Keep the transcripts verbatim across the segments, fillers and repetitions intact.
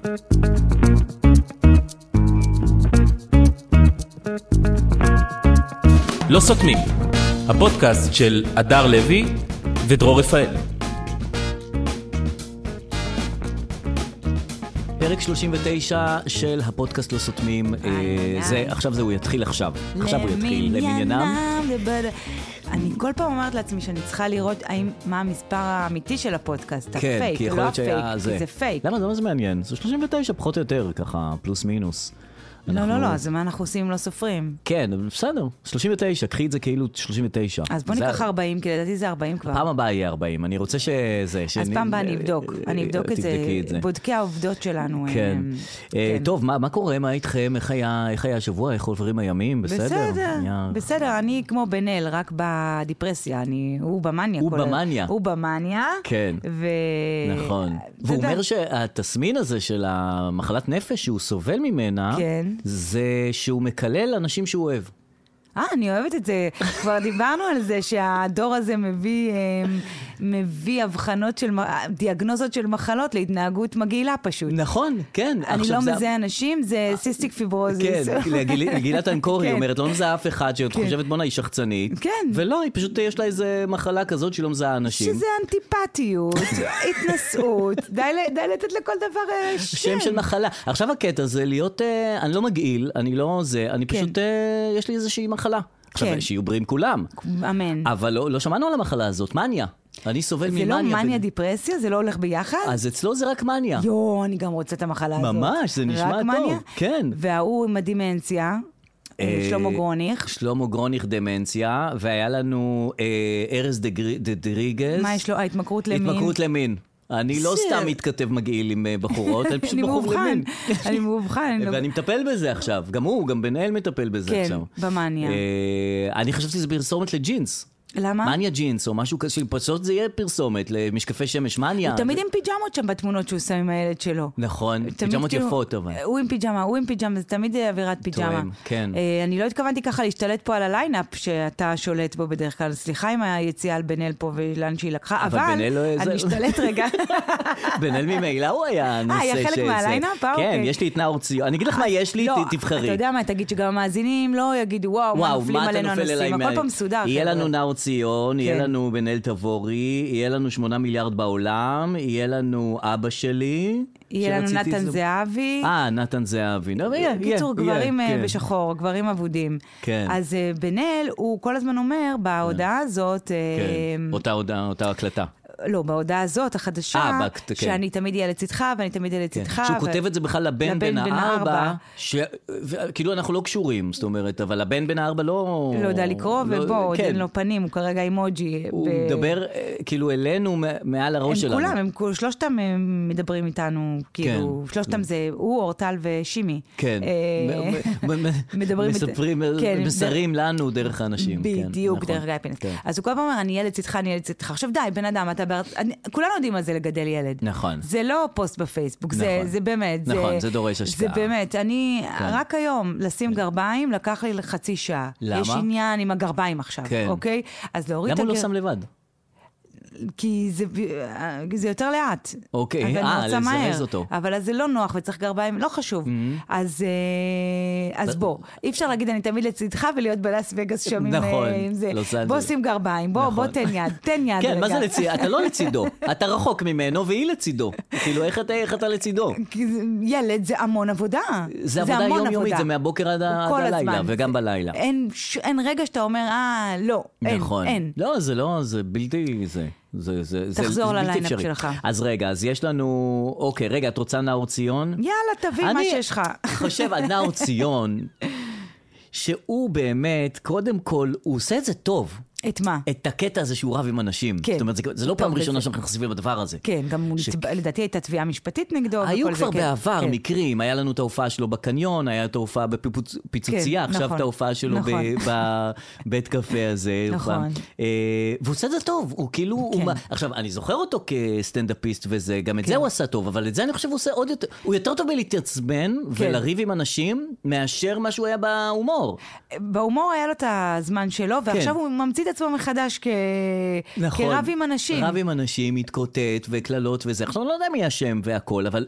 לא סותמים, הפודקאסט של אדר לוי ודרור רפאל. פרק שלושים ותשע של הפודקאסט לא סותמים. זה, עכשיו זה הוא יתחיל עכשיו. עכשיו הוא יתחיל למניינם. אני כל פעם אומרת לעצמי שאני צריכה לראות האם, מה המספר האמיתי של הפודקאסט, הפייק, לא הפייק, כי זה פייק. למה? זה מה זה מעניין? זה שלושים ותשע פחות או יותר, ככה פלוס מינוס. לא, לא, לא, אז מה אנחנו עושים אם לא סופרים? כן, בסדר, שלושים ותשע, קחי את זה כאילו שלושים ותשע. אז בוא ניקח ארבעים, כי לדעתי זה ארבעים כבר. פעם הבאה יהיה ארבעים, אני רוצה שזה... אז פעם הבאה אני אבדוק, אני אבדוק את זה, בודקי העובדות שלנו. כן. טוב, מה קורה, מה איתכם, איך היה השבוע, איך עוברים הימים, בסדר? בסדר, בסדר, אני כמו בנל, רק בדיפרסיה, הוא במניה. הוא במניה. הוא במניה. כן, נכון. והוא אומר שהתסמין הזה של המחלת נפש שהוא סובל ממנה, זה שהוא מקלל אנשים שהוא אוהב. אה, אני אוהבת את זה. כבר דיברנו על זה שהדור הזה מביא, מביא הבחנות של, דיאגנוזות של מחלות להתנהגות מגעילה פשוט. נכון, כן. אני לא מזהה אנשים, זה סיסטיק פיברוזיס. כן, לגילת האנקורי אומרת, לא מזהה אף אחד שאת חושבת בונה היא שחצנית. כן. ולא, היא פשוט יש לה איזה מחלה כזאת שהיא לא מזהה אנשים. שזה אנטיפטיות, התנסות, די לתת לכל דבר שם של מחלה. עכשיו הקטע זה להיות, אני לא מגעיל, אני לא זה, אני פשוט, יש לי איזושהי מחלה. עכשיו, שיהיו בריאים כולם. אמן. אבל לא, לא שמענו על המחלה הזאת, מניה. אני סובל ממניה. זה לא מניה דיפרסיה? זה לא הולך ביחד? אז אצלו זה רק מניה. יו, אני גם רוצה את המחלה הזאת. ממש, זה נשמע טוב. כן. והוא עם הדימנציה, שלמה גרוניך. שלמה גרוניך דמנציה, והיה לנו ארז דריגז. מה יש לו? ההתמכרות למין. התמכרות למין. אני לא סתם מתכתב מגעיל עם בחורות, אני פשוט בחור למין. אני מאובחן. ואני מטפל בזה עכשיו. גם הוא, גם בנאל מטפל בזה עכשיו. כן, במניה. אני חשבתי שזה פרסומת לג'ינס. למה? מניה ג'ינס או משהו כזה, פשוט זה יהיה פרסומת למשקפי שמש, מניה. הוא תמיד עם פיג'מות שם בתמונות שהוא שם עם הילד שלו. נכון, פיג'מות יפות אבל. הוא עם פיג'מה, הוא עם פיג'מה, זה תמיד אווירת פיג'מה. כן. אני לא התכוונתי ככה להשתלט פה על הליינאפ שאתה שולט בו בדרך כלל. סליחה עם היציאה על בנאל פה ולאן שהיא לקחה, אבל אני משתלט רגע. בנאל ממילא הוא היה נושא שזה. היה חלק מהליינאפ? כן, יש לי את נאור ציון. אני אגיד לך מה יש לי, תבחרי. אתה יודע מה, תגיד שגם המאזינים לא יגידו, וואו, מה נופלים עלינו הנושאים. הכל פעם מסודר. יהיה לנו נאור ציון, יהיה לנו בנאל תבורי, יהיה לנו שמונה מיליארד בעולם, יהיה לנו אבא שלי. יהיה לנו נתן זהבי. אה, נתן זהבי. קיצור, גברים בשחור, גברים אבודים. אז בנאל, הוא כל הזמן אומר, בהודעה הזאת... אותה הודעה, אותה הקלטה. לא, בהודעה הזאת, החדשה, שאני תמיד אהיה לצדך, ואני תמיד אהיה לצדך. שהוא כותב את זה בכלל לבן בן הארבע, כאילו אנחנו לא קשורים, זאת אומרת, אבל הבן בן הארבע לא... לא יודע לקרוא, ובוא, עוד אין לו פנים, הוא כרגע אימוג'י. הוא מדבר כאילו אלינו מעל הראש שלנו. הם כולם, שלושתם מדברים איתנו, כאילו, שלושתם זה הוא, אורטל ושימי. כן, מספרים, מסרים לנו דרך האנשים. בדיוק, דרך גיא פינס. אז הוא כל פעם אומר, אני אהיה לצדך, אני אהיה לצדך. עכשיו די, בן אדם, אתה כולנו יודעים מה זה לגדל ילד. נכון. זה לא פוסט בפייסבוק, זה, זה באמת. נכון, זה דורש השקעה. זה באמת, אני, רק היום, לשים גרביים, לקח לי חצי שעה. למה? יש עניין עם הגרביים עכשיו, אוקיי? אז להוריד את הגר... למה הוא לא שם לבד? כי זה, זה יותר לאט. אוקיי, אה, לזרז אותו. אבל אז זה לא נוח וצריך גרביים, לא חשוב. Mm-hmm. אז, אז בוא, אי אפשר להגיד אני תמיד לצדך ולהיות בלאס וגאס שם נכון, עם זה. לא בוא שים גרביים, בוא, נכון. בוא תן יד, תן יד. כן, מה זה לצידו? אתה לא לצידו, אתה רחוק ממנו והיא לצידו. כאילו, איך אתה, איך אתה לצידו? ילד זה המון עבודה. זה עבודה יומיומית, זה מהבוקר עד הלילה, וגם בלילה. אין, אין רגע שאתה אומר, אה, לא, אין, נכון. אין. לא, זה לא, זה בלתי, זה... זה, זה, תחזור זה לליינאפ שלך. אז רגע, אז יש לנו... אוקיי, רגע, את רוצה נאור ציון? יאללה, תביא מה שיש לך. אני חושב על נאור ציון, שהוא באמת, קודם כל, הוא עושה את זה טוב. את מה? את הקטע הזה שהוא רב עם אנשים. כן. זאת אומרת, זה, זה לא פעם ראשונה שאנחנו חשופים בדבר הזה. כן, גם ש... לדעתי הייתה תביעה משפטית נגדו. היו כבר זה, בעבר כן. מקרים, היה לנו את ההופעה שלו בקניון, היה את ההופעה בפיצוצייה, כן, עכשיו נכון. את ההופעה שלו נכון. בבית קפה הזה. נכון. והוא עושה את זה טוב, הוא כאילו... כן. הוא... עכשיו, אני זוכר אותו כסטנדאפיסט וזה, גם את כן. זה הוא עשה טוב, אבל את זה אני חושב הוא עושה עוד יותר... הוא יותר טוב בלהתעצבן כן. ולריב עם אנשים, מאשר מה שהוא היה בהומור. בהומור היה לו את הזמן שלו, ועכשיו כן. הוא ממציא את עצמו מחדש כ... נכון. כרב עם אנשים. רב עם אנשים, מתקוטט וכללות וזה. עכשיו, אני לא יודע מי השם והכל, אבל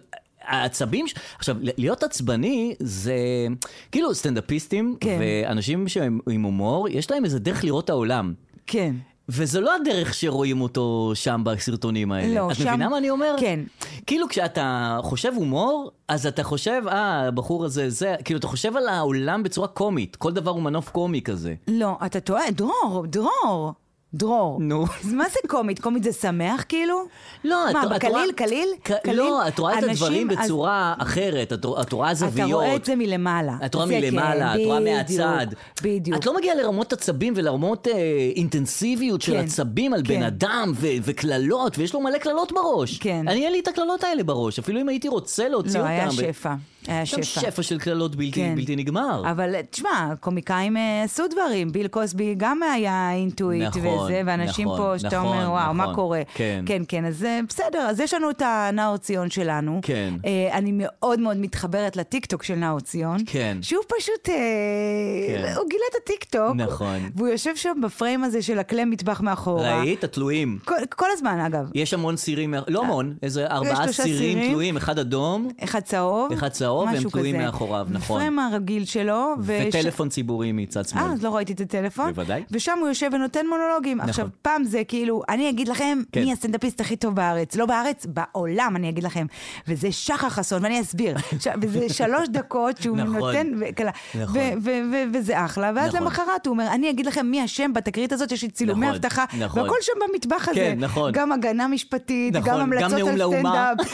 העצבים, עכשיו, להיות עצבני זה, כאילו סטנדאפיסטים ואנשים שהם עם הומור, יש להם איזה דרך לראות העולם. כן. וזה לא הדרך שרואים אותו שם בסרטונים האלה. לא, את שם... מבינה מה אני אומר? כן. כאילו כשאתה חושב הומור, אז אתה חושב, אה, הבחור הזה, זה, כאילו אתה חושב על העולם בצורה קומית. כל דבר הוא מנוף קומי כזה. לא, אתה טועה, דרור, דרור. דרור. נו. אז מה זה קומית? קומית זה שמח כאילו? לא, מה, את, בקליל, את קליל? ק... קליל? לא, את רואה את הדברים בצורה אז... אחרת, את, את רואה זוויות. אתה רואה את זה מלמעלה. את רואה מלמעלה, כן, את רואה מהצד. בדיוק. את לא מגיעה לרמות עצבים ולרמות אה, אינטנסיביות של כן, עצבים על כן. בן אדם ו- וכללות, ויש לו מלא כללות בראש. כן. אני אין לי את הכללות האלה בראש, אפילו אם הייתי רוצה להוציא לא, אותם. לא, היה שפע. היה שפע. שפע של כללות בלתי, כן. בלתי נגמר. אבל תשמע, קומיקאים עשו דברים, ביל קוסבי גם היה אינטואיט נכון, וזה, ואנשים נכון, פה שאתה נכון, אומר, וואו, נכון, מה קורה? כן. כן, כן, אז בסדר, אז יש לנו את הנאור ציון שלנו. כן. אה, אני מאוד מאוד מתחברת לטיקטוק של נאור ציון. כן. שהוא פשוט, אה, כן. הוא גילה את הטיקטוק. נכון. והוא יושב שם בפריים הזה של הכלי מטבח מאחורה. ראית? התלויים. כל, כל הזמן, אגב. יש המון סירים, לא המון, איזה ארבעה סירים תלויים, אחד אדום. אחד צהוב. אחד צהוב. והם תלויים מאחוריו, נכון. בפריים הרגיל שלו. וטלפון ציבורי מצד שמאל. אה, אז לא ראיתי את הטלפון. בוודאי. ושם הוא יושב ונותן מונולוגים. עכשיו, פעם זה כאילו, אני אגיד לכם, מי הסטנדאפיסט הכי טוב בארץ? לא בארץ, בעולם אני אגיד לכם. וזה שחר חסון, ואני אסביר. וזה שלוש דקות שהוא נותן, וזה אחלה. ואז למחרת הוא אומר, אני אגיד לכם מי השם בתקרית הזאת, יש לי צילומי הבטחה, והכל שם במטבח הזה. גם הגנה משפטית, גם המלצות על סטנדאפ.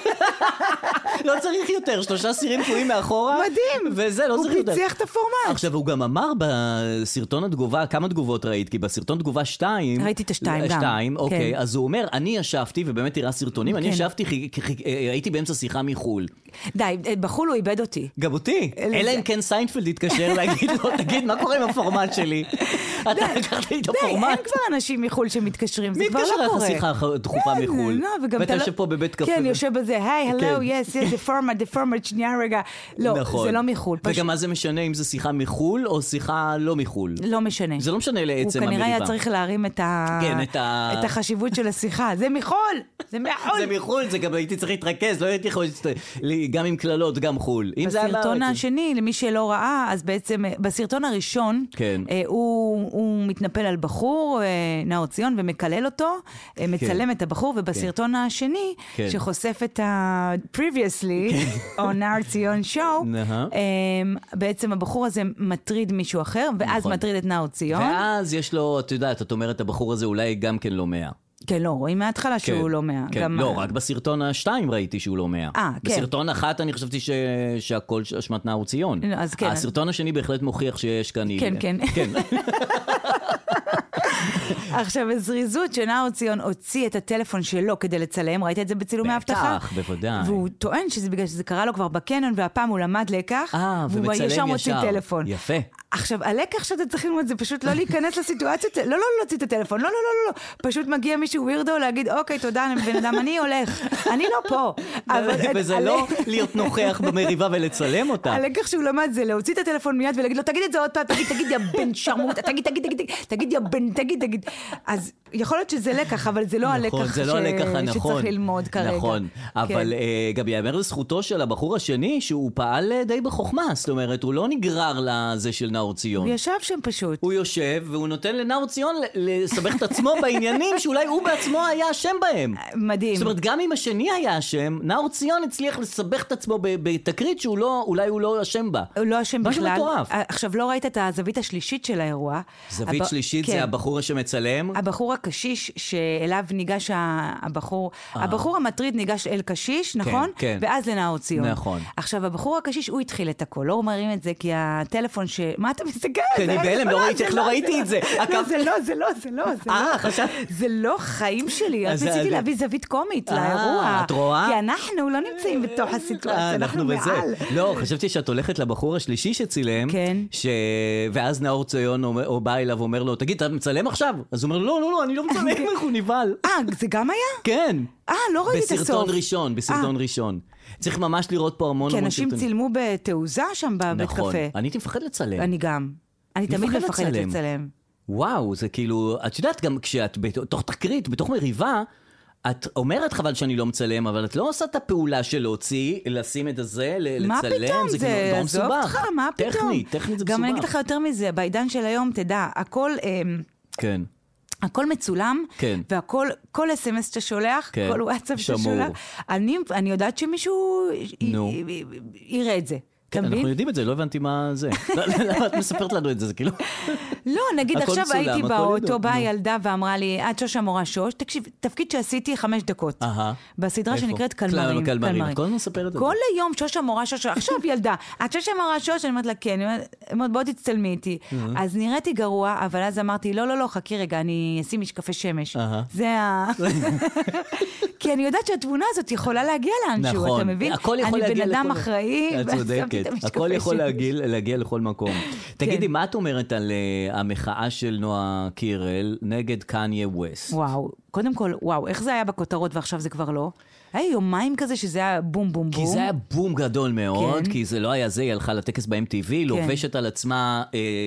לא צריך יותר, שלושה סירים תלויים מאחורה. מדהים. וזה, לא צריך יותר. הוא פיצח את הפורמט. עכשיו, הוא גם אמר בסרטון התגובה, כמה תגובות ראית? כי בסרטון תגובה שתיים... ראיתי את השתיים גם. שתיים, אוקיי. אז הוא אומר, אני ישבתי, ובאמת תראה סרטונים, אני ישבתי, הייתי באמצע שיחה מחול. די, בחול הוא איבד אותי. גם אותי. אלא אם כן סיינפלד התקשר להגיד לו, תגיד, מה קורה עם הפורמט שלי? אתה לקחת לי את הפורמט. די, אין כבר אנשים מחול שמתקשרים, זה כבר לא קורה. מי התקשר לך שיחה דחופה מחול? ואתה יושב פה בבית קפה. כן, יושב בזה, היי, הלו, יס, יס, the format, the format, שנייה רגע. לא, זה לא מחול. וגם מה זה משנה אם זה שיחה מחול או שיחה לא מחול? לא משנה. זה לא משנה לעצם המריבה. הוא כנראה היה צריך להרים את החשיבות של השיחה. זה מחול! זה מחול! זה מחול, זה גם הייתי צריך להתרכז, לא הייתי יכול גם עם כללות, גם חול. בסרטון השני, למי שלא ראה, אז בעצם בסרטון הראשון, הוא מתנפל על בחור, נאור ציון, ומקלל אותו, מצלם את הבחור, ובסרטון השני, שחושף את ה... previously, או נאור ציון שואו, בעצם הבחור הזה מטריד מישהו אחר, ואז מטריד את נאור ציון. ואז יש לו, את יודעת, את אומרת, הבחור הזה אולי גם כן לא מאה. כן, לא, רואים מההתחלה שהוא לא מאה. כן, לא, רק בסרטון השתיים ראיתי שהוא לא מאה. אה, כן. בסרטון אחת אני חשבתי שהכל אשמת נאור ציון. אז כן. הסרטון השני בהחלט מוכיח שיש כאן... כן, כן. כן. עכשיו, הזריזות שנאור ציון הוציא את הטלפון שלו כדי לצלם, ראית את זה בצילומי הבטחה? בטח, בוודאי. והוא טוען שזה בגלל שזה קרה לו כבר בקנון, והפעם הוא למד לקח, והוא ישר מוציא טלפון. יפה. עכשיו, הלקח שאתה צריך ללמוד זה פשוט לא להיכנס לסיטואציות, לא, לא, לא להוציא את הטלפון, לא, לא, לא, לא, פשוט מגיע מישהו ווירדו להגיד, אוקיי, תודה, בן אדם, אני הולך, אני לא פה. וזה לא להיות נוכח במריבה ולצלם אותה. הלקח שהוא למד זה להוציא את הטלפון מיד ולהגיד לו, תגיד את זה עוד פעם, תגיד, תגיד, יא בן שרמוט, תגיד, תגיד, תגיד, תגיד, יא בן, תגיד, תגיד. אז יכול להיות שזה לקח, אבל זה לא הלקח שצריך ללמוד כרגע. נכון, אבל גם יאמר לזכותו של הבחור השני, שהוא פעל די בחוכמה, זאת אומרת, הוא לא נגרר לזה של נאור ציון. הוא ישב שם פשוט. הוא יושב, והוא נותן לנאור ציון לסבך את עצמו בעניינים שאולי הוא בעצמו היה אשם בהם. מדהים. זאת אומרת, גם אם השני היה אשם, נאור ציון הצליח לסבך את עצמו בתקרית שאולי הוא לא אשם בה. הוא לא אשם בכלל. משהו מטורף. עכשיו, לא ראית את הזווית השלישית של האירוע. זווית שלישית זה הבחור שמצלם? הבחור הקשיש שאליו ניגש הבחור, הבחור המטריד ניגש אל קשיש, נכון? כן. ואז לנאור ציון. נכון. עכשיו, הבחור הקשיש, הוא התחיל את הכל. לא אומרים את זה כי הטלפון ש... מה אתה מסתכל? אני בהלם, לא ראיתי את זה. זה לא, זה לא, זה לא. אה, חשבת? זה לא חיים שלי. רציתי להביא זווית קומית לאירוע. את רואה? כי אנחנו לא נמצאים בתוך הסיטואציה, אנחנו מעל. לא, חשבתי שאת הולכת לבחור השלישי שצילם, ואז נאור ציון בא אליו ואומר לו, תגיד, אתה מצלם עכשיו? אז הוא אומר, לא, לא, לא, אני לא מצלם, איך הוא נבהל. אה, זה גם היה? כן. אה, לא ראיתי את הסוף. בסרטון ראשון, בסרטון ראשון. צריך ממש לראות פה המון המון סרטונים. כי אנשים צילמו בתעוזה שם בבית קפה. נכון, אני הייתי מפחד לצלם. אני גם. אני תמיד מפחדת לצלם. וואו, זה כאילו, את יודעת, גם כשאת בתוך תקרית, בתוך מריבה, את אומרת חבל שאני לא מצלם, אבל את לא עושה את הפעולה של להוציא, לשים את זה, לצלם. מה פתאום? זה, זה נורא מסובך. מה פתאום? טכנית, טכנית זה מסובך. גם אני אגיד לך יותר מזה, בעידן של היום, תדע, הכל... כן. הכל מצולם, כן. והכל, כל אס אם אס שאתה שולח, כן. כל וואטסאפ שאתה שולח, אני, אני יודעת שמישהו נו. י, י, יראה את זה. כן, אנחנו יודעים את זה, לא הבנתי מה זה. למה את מספרת לנו את זה? זה כאילו... לא, נגיד עכשיו הייתי באוטו, באה ילדה ואמרה לי, את שושה מורה שוש, תקשיב, תפקיד שעשיתי חמש דקות. בסדרה שנקראת קלמרים. קלמרים, את כל הזמן מספרת את זה. כל היום שושה מורה שוש, עכשיו ילדה, את שושה מורה שוש, אני אומרת לה, כן, בוא תצטלמי איתי. אז נראיתי גרוע, אבל אז אמרתי, לא, לא, לא, חכי רגע, אני אשים משקפי שמש. זה ה... כי אני יודעת שהתמונה הזאת יכולה להגיע לאנשהו, אתה מבין? אני בן אדם אחראי, הכל יכול להגיע לכל מקום. תגידי, מה את אומרת על המחאה של נועה קירל נגד קניה ווסט? וואו, קודם כל, וואו, איך זה היה בכותרות ועכשיו זה כבר לא? היה יומיים כזה שזה היה בום בום בום. כי זה היה בום גדול מאוד, כי זה לא היה זה, היא הלכה לטקס ב-אם טי וי, לובשת על עצמה...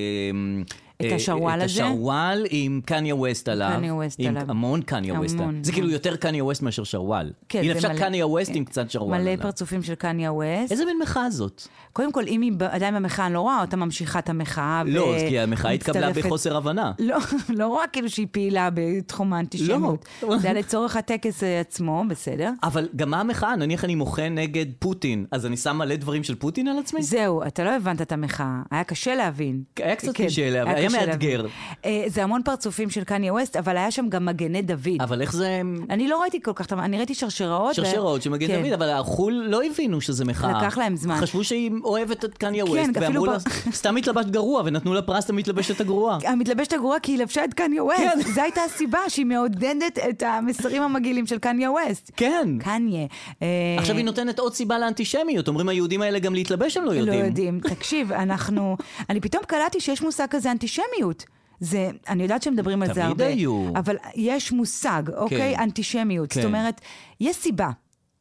את השרוואל הזה? את השרוואל עם קניה ווסט עליו. קניה ווסט עליו. עם המון קניה ווסט. זה כאילו יותר קניה ווסט מאשר שרוואל. כן, זה מלא. הנה אפשר קניה ווסט עם קצת שרוואל. מלא פרצופים של קניה ווסט. איזה מין מחאה זאת? קודם כל, אם היא עדיין במחאה, אני לא רואה אותה ממשיכה את המחאה. לא, כי המחאה התקבלה בחוסר הבנה. לא, לא רואה כאילו שהיא פעילה בתחום האנטישמיות. זה היה לצורך הטקס עצמו, בסדר. אבל גם מה המחאה? נניח אני מוחה נגד פוטין, אז אני שם מלא דברים של פוטין על עצמי? זהו, אתה לא הבנת את המחאה. היה קשה להבין. היה קצת קשה להבין. היה מאתגר. זה המון פרצופים של קניה ווסט, אבל היה שם גם מגני דוד. אבל איך זה... אני לא ראיתי כל כך, אני ראיתי שרשראות. שרשראות של מגני דוד, אבל החול לא הבינו שזה מחאה. לקח להם זמן. חשבו שהיא אוהבת את קניה ווסט, ואמרו לה, סתם מתלבשת גרוע, ונתנו לה פרס המתלבשת הגרוע. המתלבשת הגרוע כי היא לבשה את קניה ווסט. זו הייתה הסיבה שהיא מעודדת את המסרים המגעילים של קניה ווסט. כן. קניה. עכשיו היא נותנת עוד סיבה לאנטישמיות. אומרים היהודים האלה גם להתלבש, הם לא יודעים. לא יודעים. תקשיב, אנחנו... אני פתאום קלטתי שיש מושג כזה אנטישמיות. זה, אני יודעת שמדברים על זה הרבה, היו. אבל יש מושג, אוקיי? כן. אנטישמיות. כן. זאת אומרת, יש סיבה.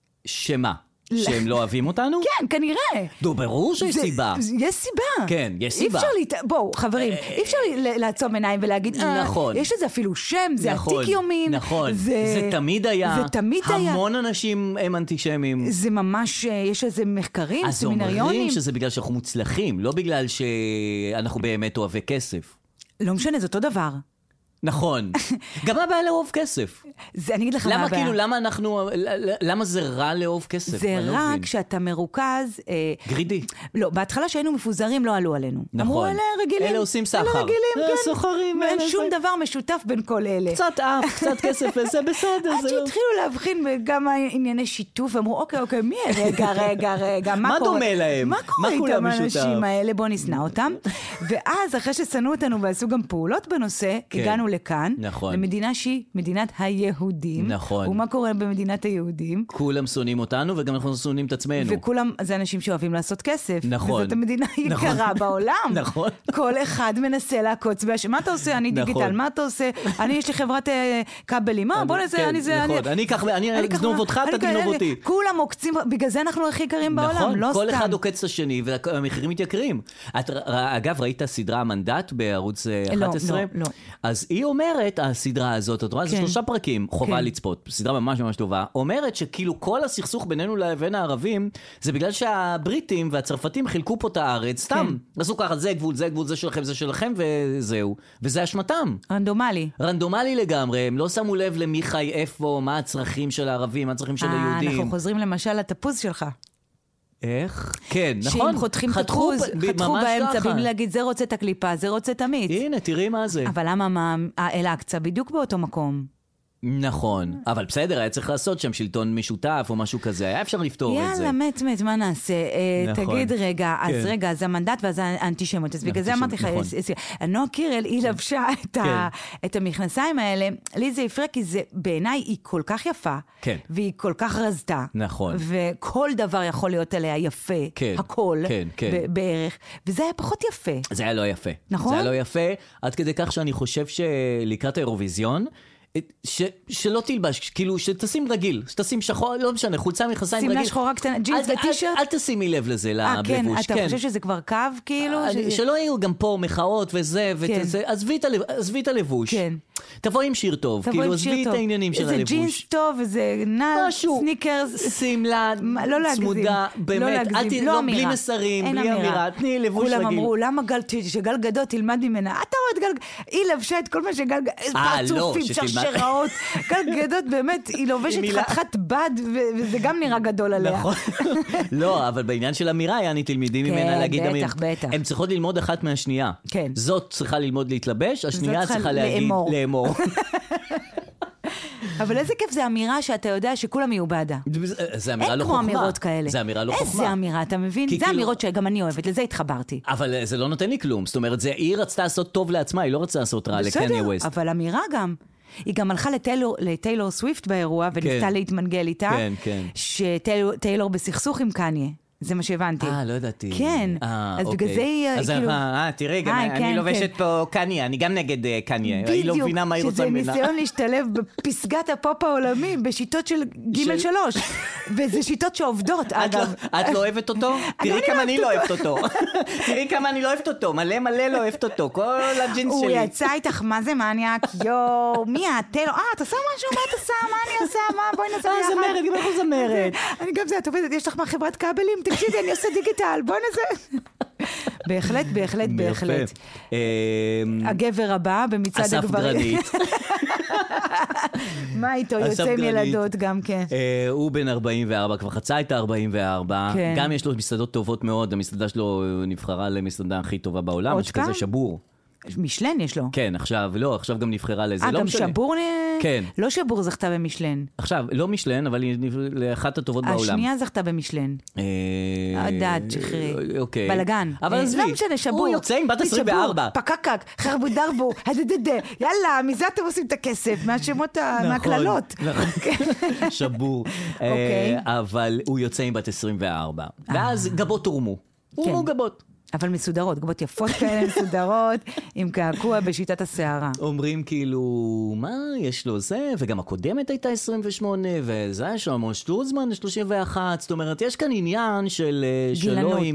שמה? שהם לא אוהבים אותנו? כן, כנראה. דו, ברור שיש זה, סיבה. יש סיבה. כן, יש סיבה. אי אפשר להת... בואו, חברים, אי אפשר לעצום עיניים ולהגיד, נכון. יש לזה אפילו שם, זה נכון, עתיק יומין. נכון, זה... זה תמיד היה. זה תמיד היה. המון אנשים הם אנטישמים. זה ממש, יש איזה מחקרים, סמינריונים. אז אומרים שזה בגלל שאנחנו מוצלחים, לא בגלל שאנחנו באמת אוהבי כסף. לא משנה, זה אותו דבר. נכון. גם הבעיה לאהוב כסף. זה, אני אגיד לך מה הבעיה. למה כאילו, למה אנחנו, למה זה רע לאהוב כסף? זה רע כשאתה מרוכז... גרידי. לא, בהתחלה שהיינו מפוזרים לא עלו עלינו. נכון. אמרו, אלה רגילים. אלה עושים סחר. אלה רגילים, כן. סוחרים. ואין שום דבר משותף בין כל אלה. קצת אף, קצת כסף, זה בסדר. עד שהתחילו להבחין גם ענייני שיתוף, אמרו, אוקיי, אוקיי, מי? רגע, רגע, רגע, מה קורה? מה דומה להם? מה קורה איתם האנשים האלה? בואו נסנע אותם. ואז, אחרי ששנאו אותנו ועשו גם פעולות בנושא, הגענו לכאן, נכון. למדינה שהיא מדינת היהודים. נכון. ומה קורה במדינת היהודים? כולם שונאים אותנו, וגם אנחנו שונאים את עצמנו. וכולם, זה אנשים שאוהבים לעשות כסף. נכון. וזאת המדינה יקרה נכון. בעולם. נכון. כל אחד מנסה לעקוץ באשם. מה אתה עושה? אני דיגיטל. נכון. מה אתה עושה? אני, יש לי חברת אה, כבלים. מה? בוא נעשה, כן, אני זה... נכון. אני, אני אקח, אני אגנוב אותך, אתה תגנוב אותי. כולם עוקצים, בגלל זה אנחנו הכי יקרים בעולם, נכון. לא סתם. כל אחד עוקץ את השני, והמחירים מתייקרים. את, אגב, ראית סדרה המנדט בערוץ אחת עשרה? לא, לא. אז היא אומרת, הסדרה הזאת, את רואה, זה שלושה פרקים, חובה לצפות, סדרה ממש ממש טובה, אומרת שכאילו כל הסכסוך בינינו לבין הערבים, זה בגלל שהבריטים והצרפתים חילקו פה את הארץ, סתם, עשו ככה, זה גבול, זה גבול, זה שלכם, זה שלכם, וזהו, וזה אשמתם. רנדומלי. רנדומלי לגמרי, הם לא שמו לב למי חי איפה, מה הצרכים של הערבים, מה הצרכים של היהודים. אנחנו חוזרים למשל לתפוז שלך. איך? כן, נכון. שאם חותכים תפוז, חתכו באמצע, בלי להגיד, זה רוצה את הקליפה, זה רוצה את המיץ. הנה, תראי מה זה. אבל למה אל-אקצא בדיוק באותו מקום? נכון, אבל בסדר, היה צריך לעשות שם שלטון משותף או משהו כזה, היה אפשר לפתור את זה. יאללה, מת, מת, מה נעשה? תגיד רגע, אז רגע, אז המנדט ואז האנטישמיות, אז בגלל זה אמרתי לך, נועה קירל, היא לבשה את המכנסיים האלה, לי זה הפריע, כי זה בעיניי היא כל כך יפה, והיא כל כך רזתה, וכל דבר יכול להיות עליה יפה, הכל, בערך, וזה היה פחות יפה. זה היה לא יפה. נכון? זה היה לא יפה, עד כדי כך שאני חושב שלקראת האירוויזיון, ש, שלא תלבש, כאילו שתשים רגיל, שתשים שחור, לא משנה, חולצה מכנסיים רגיל. שמלה שחורה קטנה, ג'ינס וטישרט? אל, אל, אל תשימי לב לזה, לבלבוש. כן, אתה כן. חושב שזה כבר קו, כאילו? אני, שזה... שלא יהיו גם פה מחאות וזה, כן. וזה, עזבי, עזבי את הלבוש. כן. תבוא עם שיר טוב, כאילו עם עזבי שיר את העניינים של הלבוש. איזה ג'ינס טוב, איזה נעל, סניקרס. שמלה, לא צמודה, באמת, לא להגזים, לא, לא בלי מסרים, בלי אמירה, תני לבוש רגיל. כולם אמרו, למה גל, שגל גדות תלמד ממנה? אתה רואה את גל, היא לבשה את כל מה שגל, פרצופים, שרשראות. גל גדות באמת, היא לובשת חתיכת בד, וזה גם נראה גדול עליה. נכון. לא, אבל בעניין של אמירה, אני תלמידים ממנה להגיד, בטח, בטח. הן צריכות ללמוד אחת מהשנייה. כן. זאת צריכה ללמוד להתלבש, השנייה צריכה להגיד לאמור. אבל איזה כיף זה אמירה שאתה יודע שכולם יהיו בעדה. זה אמירה לא חוכמה. אין כמו אמירות כאלה. זה אמירה לא חוכמה. איזה אמירה, אתה מבין? זה אמירות שגם אני אוהבת, לזה התחברתי. אבל זה לא נותן לי כלום. זאת אומרת, היא רצתה לעשות טוב לעצמה, היא לא רצתה לעשות רע לקניה ווסט. בסדר, אבל אמירה גם. היא גם הלכה לטיילור סוויפט באירוע, וניסתה להתמנגל איתה. כן, כן. שטיילור בסכסוך עם קניה. זה מה שהבנתי. אה, לא ידעתי. כן. אז בגלל זה היא כאילו... אה, תראי, אני לובשת פה קניה, אני גם נגד קניה. היא לא מבינה מה היא רוצה ממנה. שזה ניסיון להשתלב בפסגת הפופ העולמי, בשיטות של גימל שלוש. וזה שיטות שעובדות, אגב. את לא אוהבת אותו? תראי כמה אני לא אוהבת אותו. תראי כמה אני לא אוהבת אותו. מלא מלא לא אוהבת אותו. כל הג'ינס שלי. הוא יצא איתך, מה זה מניאק? יואו, מי את? אה, אתה עושה משהו? מה אתה עושה? מה אני עושה? מה? בואי נעשה ביחד. זמרת, גם אנחנו זמרת. אני גם זה, את עובדת, יש לך מהחברת כבלים? תקשיבי, אני עושה דיגיטל, בוא נזה. בהחלט, בהחלט, בהחלט. הגבר הבא במצעד הגברים. אסף גרנית. מה איתו? יוצא עם ילדות גם כן. הוא בן ארבעים וארבע, כבר חצה את ה-ארבעים וארבע. גם יש לו מסעדות טובות מאוד, המסעדה שלו נבחרה למסעדה הכי טובה בעולם. עוד כאן? כזה שבור. משלן יש לו. כן, עכשיו, לא, עכשיו גם נבחרה לזה, לא משנה. אה, גם שבור? כן. לא שבור זכתה במשלן. עכשיו, לא משלן, אבל היא לאחת הטובות בעולם. השנייה זכתה במשלן. הדעת, שחרי. אוקיי. בלגן. אבל עזבי, לא משנה, שבור. הוא יוצא עם בת עשרים וארבע. פקקק, חרבו דרבו, הדדדה. יאללה, מזה אתם עושים את הכסף, מהשמות, מהכללות. שבור. אבל הוא יוצא עם בת עשרים וארבע. ואז גבות תורמו. הוא גבות. אבל מסודרות, גבות יפות כאלה מסודרות, עם קעקוע בשיטת השערה. אומרים כאילו, מה יש לו זה, וגם הקודמת הייתה עשרים ושמונה, וזה היה שם המון שטרוזמן שלושים ואחת, זאת אומרת, יש כאן עניין של... גילנות. שלא עם...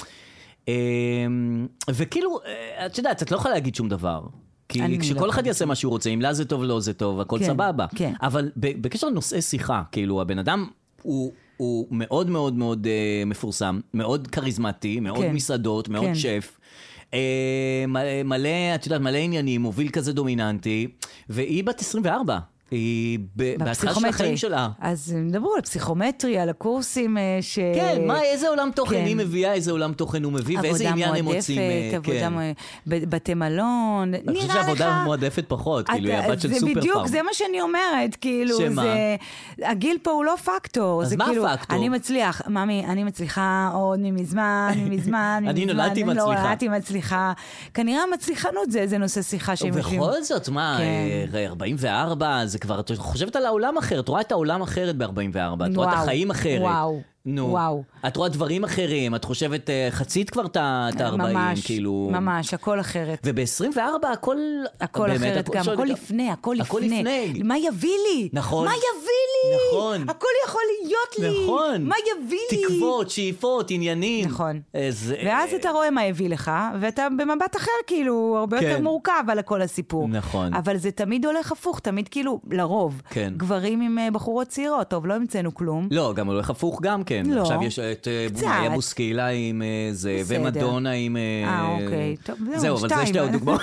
וכאילו, את יודעת, את לא יכולה להגיד שום דבר. כי כשכל אחד יעשה מה שהוא רוצה, אם לה זה טוב, לא זה טוב, הכל סבבה. אבל בקשר לנושאי שיחה, כאילו, הבן אדם הוא... הוא מאוד מאוד מאוד uh, מפורסם, מאוד קריזמטי, מאוד כן. מסעדות, מאוד כן. שף, uh, מלא, מלא, את יודעת, מלא עניינים, מוביל כזה דומיננטי, והיא בת עשרים וארבע. היא בהתחלה של החיים שלה. אז דברו על פסיכומטרי, על הקורסים ש... כן, מה, איזה עולם תוכן כן. היא מביאה, איזה עולם תוכן הוא מביא, ואיזה עניין הם מוצאים. עבודה מועדפת, עבודה בתי מלון. אני חושב שעבודה מועדפת פחות, כאילו, היא הבת של סופר פארם. בדיוק, זה מה שאני אומרת, כאילו, זה... הגיל פה הוא לא פקטור. אז מה הפקטור? אני מצליח, ממי, אני מצליחה עוד ממזמן, ממזמן, אני נולדתי מצליחה. אני נולדתי מצליחה. כנראה המצליחנות זה איזה נושא שיחה שהם יושבים. ובכל זאת, מה, ארבעים וארבע, זה כבר, את חושבת על העולם אחרת, את רואה את העולם אחרת ב-ארבעים וארבע, את רואה את החיים אחרת. וואו, נו, וואו. את רואה דברים אחרים, את חושבת חצית כבר את ה-ארבעים, כאילו... ממש, הכל אחרת. וב-עשרים וארבע הכל... הכל באמת, אחרת גם, הכל לפני, הכל לפני. לפני. מה יביא לי? נכון. מה יביא לי? נכון. הכל יכול להיות לי. נכון. מה יביא לי? תקוות, שאיפות, עניינים. נכון. אז... ואז אתה רואה מה הביא לך, ואתה במבט אחר, כאילו, הרבה כן. יותר מורכב על כל הסיפור. נכון. אבל זה תמיד הולך הפוך, תמיד כאילו, לרוב. כן. גברים עם בחורות צעירות, טוב, לא המצאנו כלום. לא, גם הולך הפוך גם כן. לא. עכשיו יש את בונאיה בוסקילה עם זה, ומדונה עם... אה, אוקיי. טוב, זהו, אבל זה שתי עוד דוגמאות.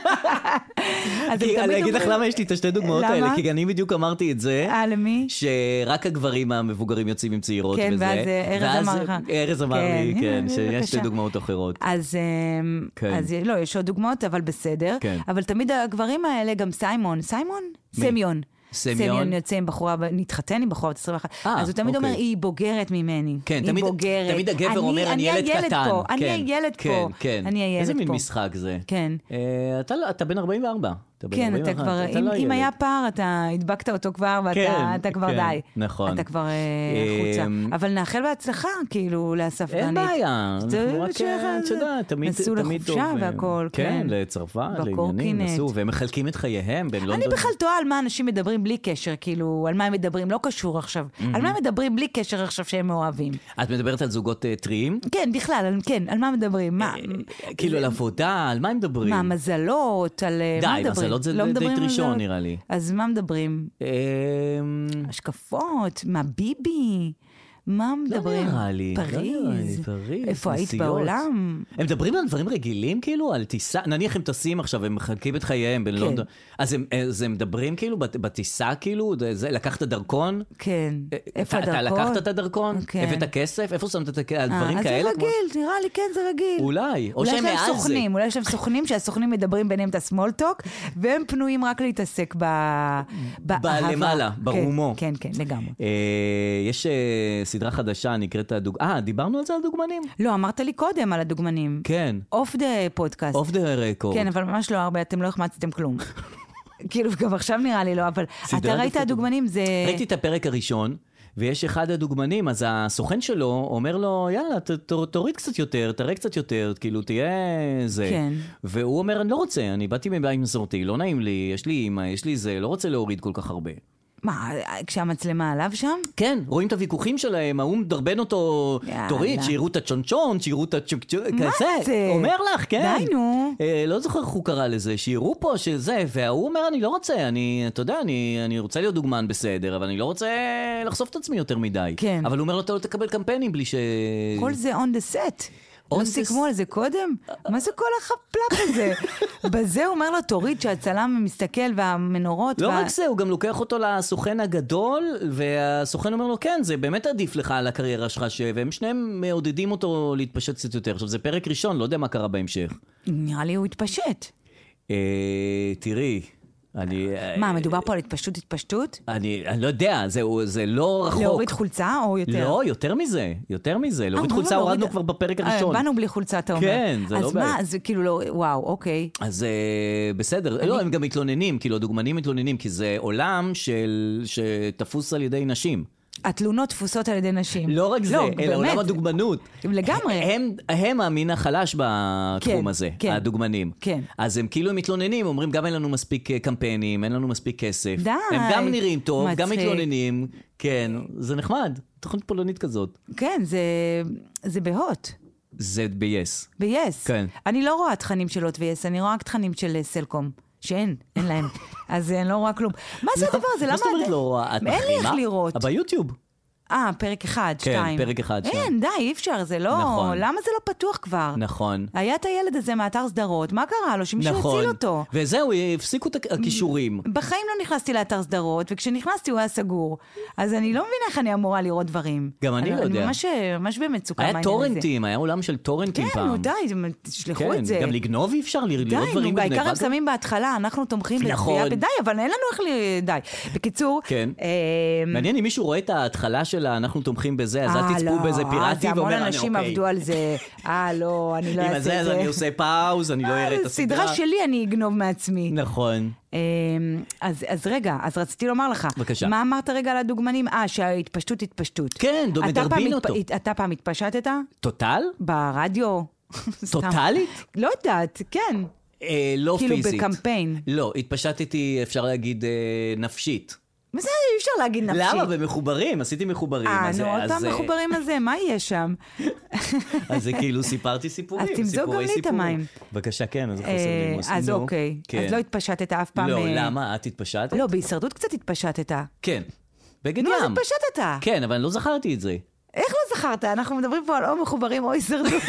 אני אגיד לך למה יש לי את השתי דוגמאות האלה, כי אני בדיוק אמרתי את זה. אה, למי? שרק הגברים המבוגרים יוצאים עם צעירות וזה. כן, ואז ארז אמר לך. ארז אמר לי, כן, שיש שתי דוגמאות אחרות. אז לא, יש עוד דוגמאות, אבל בסדר. אבל תמיד הגברים האלה, גם סיימון, סיימון? סמיון. סמיון יוצא עם בחורה, נתחתן עם בחורה בת עשרים ואחת, אז הוא תמיד אומר, היא בוגרת ממני. כן, תמיד הגבר אומר, אני ילד קטן. אני הילד פה, אני הילד פה. איזה מין משחק זה? כן. אתה בן ארבעים וארבע. כן, אתה כבר, אם היה פער, אתה הדבקת אותו כבר, ואתה כבר די. נכון. אתה כבר חוצה. אבל נאחל בהצלחה, כאילו, לאספגנית. אין בעיה. אנחנו רק, תדע, תמיד טוב. נסו לחופשה והכל, כן. כן, לצרפה, לעניינים, נסו, והם מחלקים את חייהם בין לונדון. אני בכלל תוהה על מה אנשים מדברים בלי קשר, כאילו, על מה הם מדברים, לא קשור עכשיו. על מה הם מדברים בלי קשר עכשיו שהם מאוהבים. את מדברת על זוגות טריים? כן, בכלל, כן, על מה מדברים? כאילו, על עבודה, על מה הם מדברים? מה, מזלות, על מה מדברים? די, מזלות זה דייט ראשון, נראה לי. אז מה מדברים? השקפות, מה ביבי? מה מדברים? לא נראה לי. פריז? פריז, איפה היית בעולם? הם מדברים על דברים רגילים כאילו? על טיסה? נניח הם טסים עכשיו, הם מחלקים את חייהם בין לונדון. אז הם מדברים כאילו בטיסה כאילו? לקחת דרכון? כן. איפה הדרכון? אתה לקחת את הדרכון? הבאת כסף? איפה שמת את הדברים כאלה? אז זה רגיל, נראה לי, כן, זה רגיל. אולי. או שהם מעל זה. אולי יש להם סוכנים, שהסוכנים מדברים ביניהם את הסמולטוק, והם פנויים רק להתעסק באהבה. למעלה, ברומו. כן, כן, לגמרי. יש סדרה חדשה, נקראת הדוג... אה, דיברנו על זה על דוגמנים? לא, אמרת לי קודם על הדוגמנים. כן. אוף דה פודקאסט. אוף דה רקורד. כן, אבל ממש לא הרבה, אתם לא החמצתם כלום. כאילו, גם עכשיו נראה לי לא, אבל אתה ראית הדוגמנים, זה... ראיתי את הפרק הראשון, ויש אחד הדוגמנים, אז הסוכן שלו אומר לו, יאללה, תוריד קצת יותר, תראה קצת יותר, כאילו, תהיה זה. כן. והוא אומר, אני לא רוצה, אני באתי מבית מסורתי, לא נעים לי, יש לי אמא, יש לי זה, לא רוצה להוריד כל כך הרבה. מה, כשהמצלמה עליו שם? כן, רואים את הוויכוחים שלהם, הוא מדרבן אותו, תוריד, שיראו את הצ'ונצ'ון, שיראו את הצ'ונצ'ון, מה זה? אומר לך, כן. די, נו. לא זוכר איך הוא קרא לזה, שיראו פה שזה, והוא אומר, אני לא רוצה, אני, אתה יודע, אני, אני רוצה להיות דוגמן בסדר, אבל אני לא רוצה לחשוף את עצמי יותר מדי. כן. אבל הוא אומר לו, אתה לא תקבל קמפיינים בלי ש... כל זה on the set. לא סיכמו על זה קודם? מה זה כל החפלק הזה? בזה הוא אומר לו, תוריד שהצלם מסתכל והמנורות... לא רק זה, הוא גם לוקח אותו לסוכן הגדול, והסוכן אומר לו, כן, זה באמת עדיף לך על הקריירה שלך, והם שניהם מעודדים אותו להתפשט קצת יותר. עכשיו, זה פרק ראשון, לא יודע מה קרה בהמשך. נראה לי הוא התפשט. תראי... אני, מה, מדובר פה על התפשטות, התפשטות? אני, אני לא יודע, זה, זה לא רחוק. להוריד חולצה או יותר? לא, יותר מזה, יותר מזה. להוריד חולצה הורדנו כבר בפרק הראשון. באנו בלי חולצה, אתה אומר. כן, זה לא בעיה. אז מה, אז כאילו לא, וואו, אוקיי. אז בסדר, לא, הם גם מתלוננים, כאילו הדוגמנים מתלוננים, כי זה עולם של, שתפוס על ידי נשים. התלונות תפוסות על ידי נשים. לא רק זה, אלא עולם הדוגמנות. לגמרי. הם, הם המין החלש בתחום הזה, הדוגמנים. כן. אז הם כאילו מתלוננים, אומרים, גם אין לנו מספיק קמפיינים, אין לנו מספיק כסף. די. הם גם נראים טוב, גם מתלוננים. כן, זה נחמד. תוכנית פולנית כזאת. כן, זה, זה בהוט. זה ב-yes. ב-yes. כן. אני לא רואה תכנים של הוט ו-yes, אני רואה רק תכנים של סלקום. שאין, אין להם. אז אני לא רואה כלום. מה זה הדבר הזה? מה זאת אומרת לא רואה? את מחרימה? אין לי איך לראות. ביוטיוב. אה, פרק אחד, שתיים. כן, פרק אחד, שתיים. אין, די, אי אפשר, זה לא... נכון. למה זה לא פתוח כבר? נכון. היה את הילד הזה מאתר סדרות, מה קרה לו? שמישהו נכון. הציל אותו. וזהו, הפסיקו את הכישורים. בחיים לא נכנסתי לאתר סדרות, וכשנכנסתי הוא היה סגור. אז אני לא מבינה איך אני אמורה לראות דברים. גם אני לא יודע. אני ממש, ממש במצוקה היה טורנטים, היה עולם של טורנטים פעם. כן, נו, די, תשלחו את זה. גם לגנוב אי אפשר לראות דברים בגניבה. די, נו, בעיקר הם שמים בהתחלה, אנחנו תומכים בצפייה, די, אבל אין לנו איך ל... די. בקיצור, כן. מעניין אם מישהו רואה את ההתחלה שלה, אנחנו תומכים בזה, אז אל תצפו באיזה פיראטי, המון אנשים עבדו על זה, אה, לא, אני לא אעשה את זה. אז אני עושה פאוז, אני לא אראה את הסדרה. סדרה שלי אני אגנוב מעצמי. נכון. אז רגע, אז רציתי לומר לך, בבקשה. מה אמרת רגע על הדוגמנים? אה, שההתפשטות התפשטות. כן, מדרבין אותו. אתה פעם התפשטת? טוטל? ברדיו? טוטלית? לא יודעת, כן. לא פיזית. כאילו בקמפיין. לא, התפשטתי, אפשר להגיד, נפשית. בסדר, אי אפשר להגיד נפשית. למה? במחוברים, עשיתי מחוברים. אה, נו, עוד פעם מחוברים הזה, מה יהיה שם? אז זה כאילו סיפרתי סיפורים, אז תמזוג גם לי את המים. בבקשה, כן, אז חוסר לימוס. אז אוקיי, אז לא התפשטת אף פעם. לא, למה? את התפשטת? לא, בהישרדות קצת התפשטת. כן, בגד ים. נו, אז התפשטת. כן, אבל אני לא זכרתי את זה. איך לא זכרת? אנחנו מדברים פה על או מחוברים או הישרדות.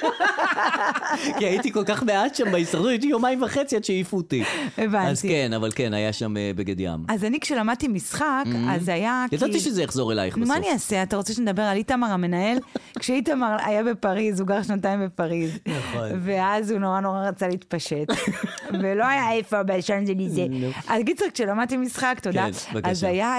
כי הייתי כל כך מעט שם בהישרדות, הייתי יומיים וחצי עד שהעיפו אותי. הבנתי. אז כן, אבל כן, היה שם בגד ים. אז אני כשלמדתי משחק, אז היה... ידעתי שזה יחזור אלייך בסוף. מה אני אעשה? אתה רוצה שנדבר על איתמר המנהל? כשאיתמר היה בפריז, הוא גר שנתיים בפריז. נכון. ואז הוא נורא נורא רצה להתפשט. ולא היה איפה בשם זה לי זה. אז קיצר, כשלמדתי משחק, תודה. כן, בבקשה. אז היה...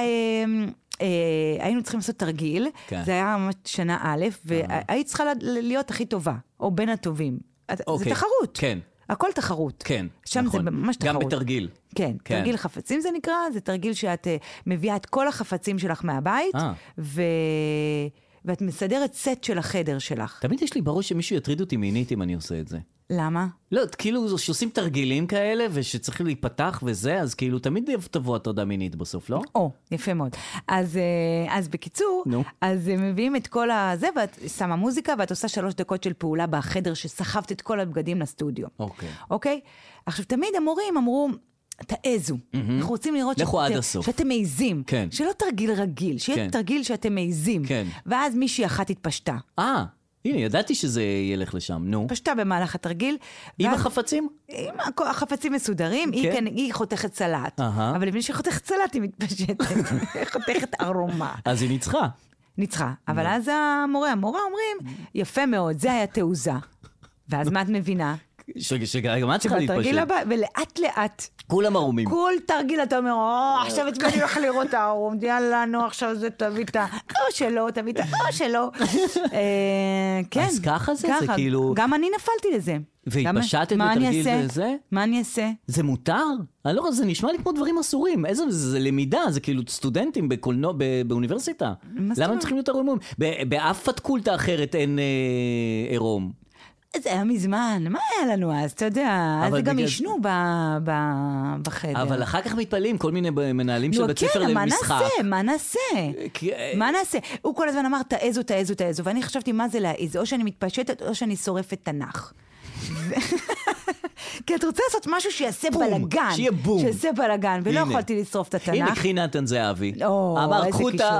היינו צריכים לעשות תרגיל, זה היה ממש שנה א', והיית צריכה להיות הכי טובה, או בין הטובים. זה תחרות. כן. הכל תחרות. כן, שם נכון. זה ממש תחרות. גם בתרגיל. כן, כן, תרגיל חפצים זה נקרא, זה תרגיל שאת uh, מביאה את כל החפצים שלך מהבית, ו... ואת מסדרת סט של החדר שלך. תמיד יש לי בראש שמישהו יטריד אותי מינית אם אני עושה את זה. למה? לא, כאילו שעושים תרגילים כאלה ושצריכים להיפתח וזה, אז כאילו תמיד תבוא הטרדה מינית בסוף, לא? או, יפה מאוד. אז, אז בקיצור, no. אז מביאים את כל הזה, ואת שמה מוזיקה, ואת עושה שלוש דקות של פעולה בחדר שסחבת את כל הבגדים לסטודיו. אוקיי. Okay. אוקיי? עכשיו, תמיד המורים אמרו, תעזו. Mm-hmm. אנחנו רוצים לראות שאתם, שאתם מעיזים. כן. שלא תרגיל רגיל, שיהיה כן. תרגיל שאתם מעיזים. כן. ואז מישהי אחת התפשטה. אה. הנה, ידעתי שזה ילך לשם, נו. פשטה במהלך התרגיל. עם החפצים? עם החפצים מסודרים, היא, כן, היא חותכת סלט. אבל לפני שהיא חותכת סלט, היא מתפשטת. היא חותכת ארומה. אז היא ניצחה. ניצחה. אבל אז המורה, המורה אומרים, יפה מאוד, זה היה תעוזה. ואז מה את מבינה? שרגע, מה את צריכה להתפשט? ולאט לאט. כולם ערומים. כל תרגיל אתה אומר, או, עכשיו את בני הולך לראות את הערום, יאללה, נו, עכשיו זה תביא את ה... או שלא, תביא את ה... או שלא. כן. אז ככה זה? זה כאילו... גם אני נפלתי לזה. והתפשטת בתרגיל וזה? מה אני אעשה? זה מותר? אני לא רואה, זה נשמע לי כמו דברים אסורים. איזה, זה למידה, זה כאילו סטודנטים בקולנוע, באוניברסיטה. למה הם צריכים להיות ערומים? באף פתקולטה אחרת אין עירום. זה היה מזמן, מה היה לנו אז? אתה יודע, אז גם ישנו בחדר. אבל אחר כך מתפעלים כל מיני מנהלים של בית ספר למשחק. מה נעשה? מה נעשה? הוא כל הזמן אמר, תעזו, תעזו, תעזו, ואני חשבתי, מה זה להעיז? או שאני מתפשטת, או שאני שורפת תנ"ך. כי את רוצה לעשות משהו שיעשה בלגן. שיהיה בום. שיעשה בלגן, ולא יכולתי לשרוף את התנ"ך. הנה, קחי נתן זהבי. אמר, קחו את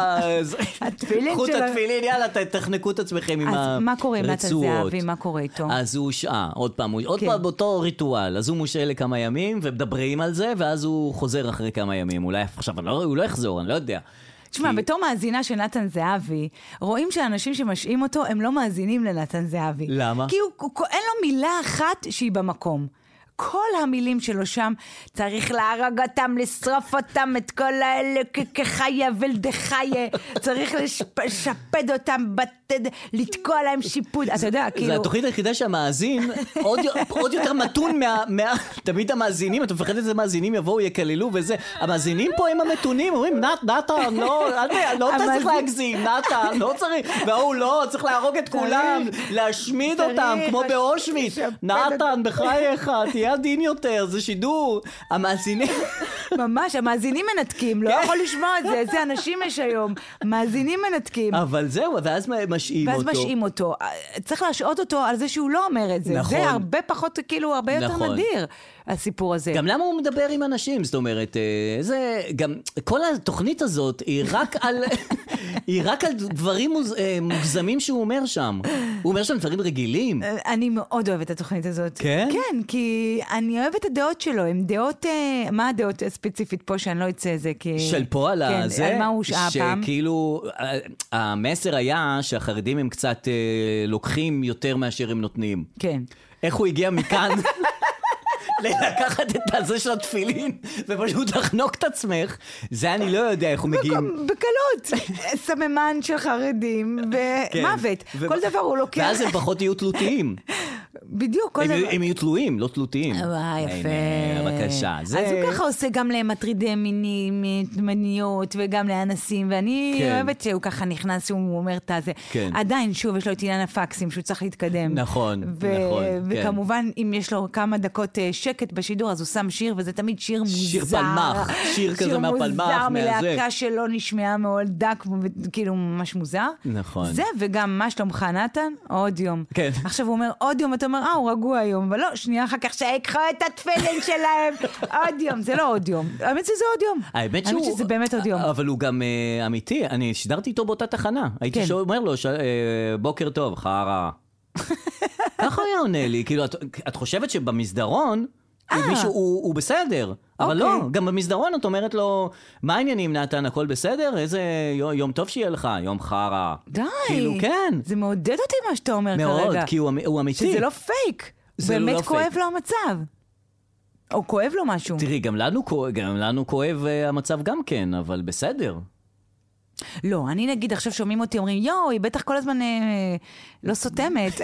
התפילין, יאללה, תחנקו את עצמכם עם הרצועות. אז מה קורה עם נתן זהבי? מה קורה איתו? אז הוא שעה, עוד פעם, עוד פעם באותו ריטואל. אז הוא מושעה לכמה ימים, ומדברים על זה, ואז הוא חוזר אחרי כמה ימים. אולי עכשיו, הוא לא יחזור, אני לא יודע. תשמע, בתור מאזינה של נתן זהבי, רואים שאנשים שמשאים אותו, הם לא מאזינים לנתן זהבי. למה? כי הוא, הוא, אין לו מילה אחת שהיא במקום. כל המילים שלו שם, צריך להרג אותם, לשרוף אותם, את כל האלה כחיה ולדחיה, צריך לשפד אותם, לתקוע להם שיפוד, אתה יודע, כאילו... זה התוכנית היחידה שהמאזין, עוד, עוד יותר מתון מה, מה... תמיד המאזינים, אתה מפחד את זה, מאזינים יבואו, יקללו וזה, המאזינים פה הם המתונים, אומרים, נת, נתן, לא, לא צריך להגזים, נתן, לא צריך, והוא לא, צריך להרוג את כולם, להשמיד אותם, כמו באושוויץ, נתן, בחייך, תהיה עדין יותר, זה שידור, המאזינים... ממש, המאזינים מנתקים, לא יכול לשמוע את זה, איזה אנשים יש היום, מאזינים מנתקים. אבל זהו, ואז משאים ואז אותו. ואז משאים אותו. צריך להשעות אותו על זה שהוא לא אומר את זה. נכון. זה הרבה פחות, כאילו, הרבה יותר נכון. נדיר, הסיפור הזה. גם למה הוא מדבר עם אנשים? זאת אומרת, זה, גם, כל התוכנית הזאת היא רק על, היא רק על דברים מוז, מוגזמים שהוא אומר שם. הוא אומר שם דברים רגילים. אני מאוד אוהבת את התוכנית הזאת. כן? כן, כי אני אוהבת את הדעות שלו. הן דעות, מה הדעות הספציפית פה שאני לא אצא זה? כי... של פה על כן, זה? על מה הוא שעה פעם? שכאילו, המסר היה שהחרדים הם קצת לוקחים יותר מאשר הם נותנים. כן. איך הוא הגיע מכאן? לקחת את הזה של התפילין ופשוט לחנוק את עצמך, זה אני לא יודע איך הוא מגיעים. בקלות, סממן של חרדים ומוות, כל דבר הוא לוקח. ואז הם פחות יהיו תלותיים. בדיוק, כל דבר. הם יהיו תלויים, לא תלותיים. וואי, יפה. בבקשה. אז הוא ככה עושה גם למטרידי מיניות וגם לאנסים, ואני אוהבת שהוא ככה נכנס, הוא אומר את זה. עדיין, שוב, יש לו את עניין הפקסים, שהוא צריך להתקדם. נכון, נכון. וכמובן, אם יש לו כמה דקות שקט בשידור, אז הוא שם שיר, וזה תמיד שיר מוזר. שיר פלמח, שיר כזה מהפלמח. שיר מוזר, מלהקה שלא נשמעה מאוד דק, כאילו ממש מוזר. נכון. זה, וגם מה שלומך נתן? עוד יום. כן. עכשיו הוא אומר, עוד יום, אתה אומר, אה, הוא רגוע היום, אבל לא, שנייה אחר כך שיקחו את התפילין שלהם. עוד יום, זה לא עוד יום. האמת שזה עוד יום. האמת שהוא... האמת שזה באמת עוד יום. אבל הוא גם אמיתי, אני שידרתי איתו באותה תחנה. הייתי אומר לו, בוקר טוב, חרה. ככה היה עונה לי, כאילו, את, את חושבת שבמסדרון, מישהו הוא, הוא בסדר, אבל לא, גם במסדרון את אומרת לו, מה העניינים נתן, הכל בסדר? איזה יום טוב שיהיה לך, יום חרה. די, כאילו, כן. זה מעודד אותי מה שאתה אומר מאוד, כרגע. מאוד, כי הוא, הוא אמיתי. שזה לא פייק, באמת לא כואב פייק. לו המצב. או כואב לו משהו. תראי, גם לנו, גם לנו כואב המצב גם כן, אבל בסדר. לא, אני נגיד עכשיו שומעים אותי, אומרים, יואו, היא בטח כל הזמן אה, לא סותמת.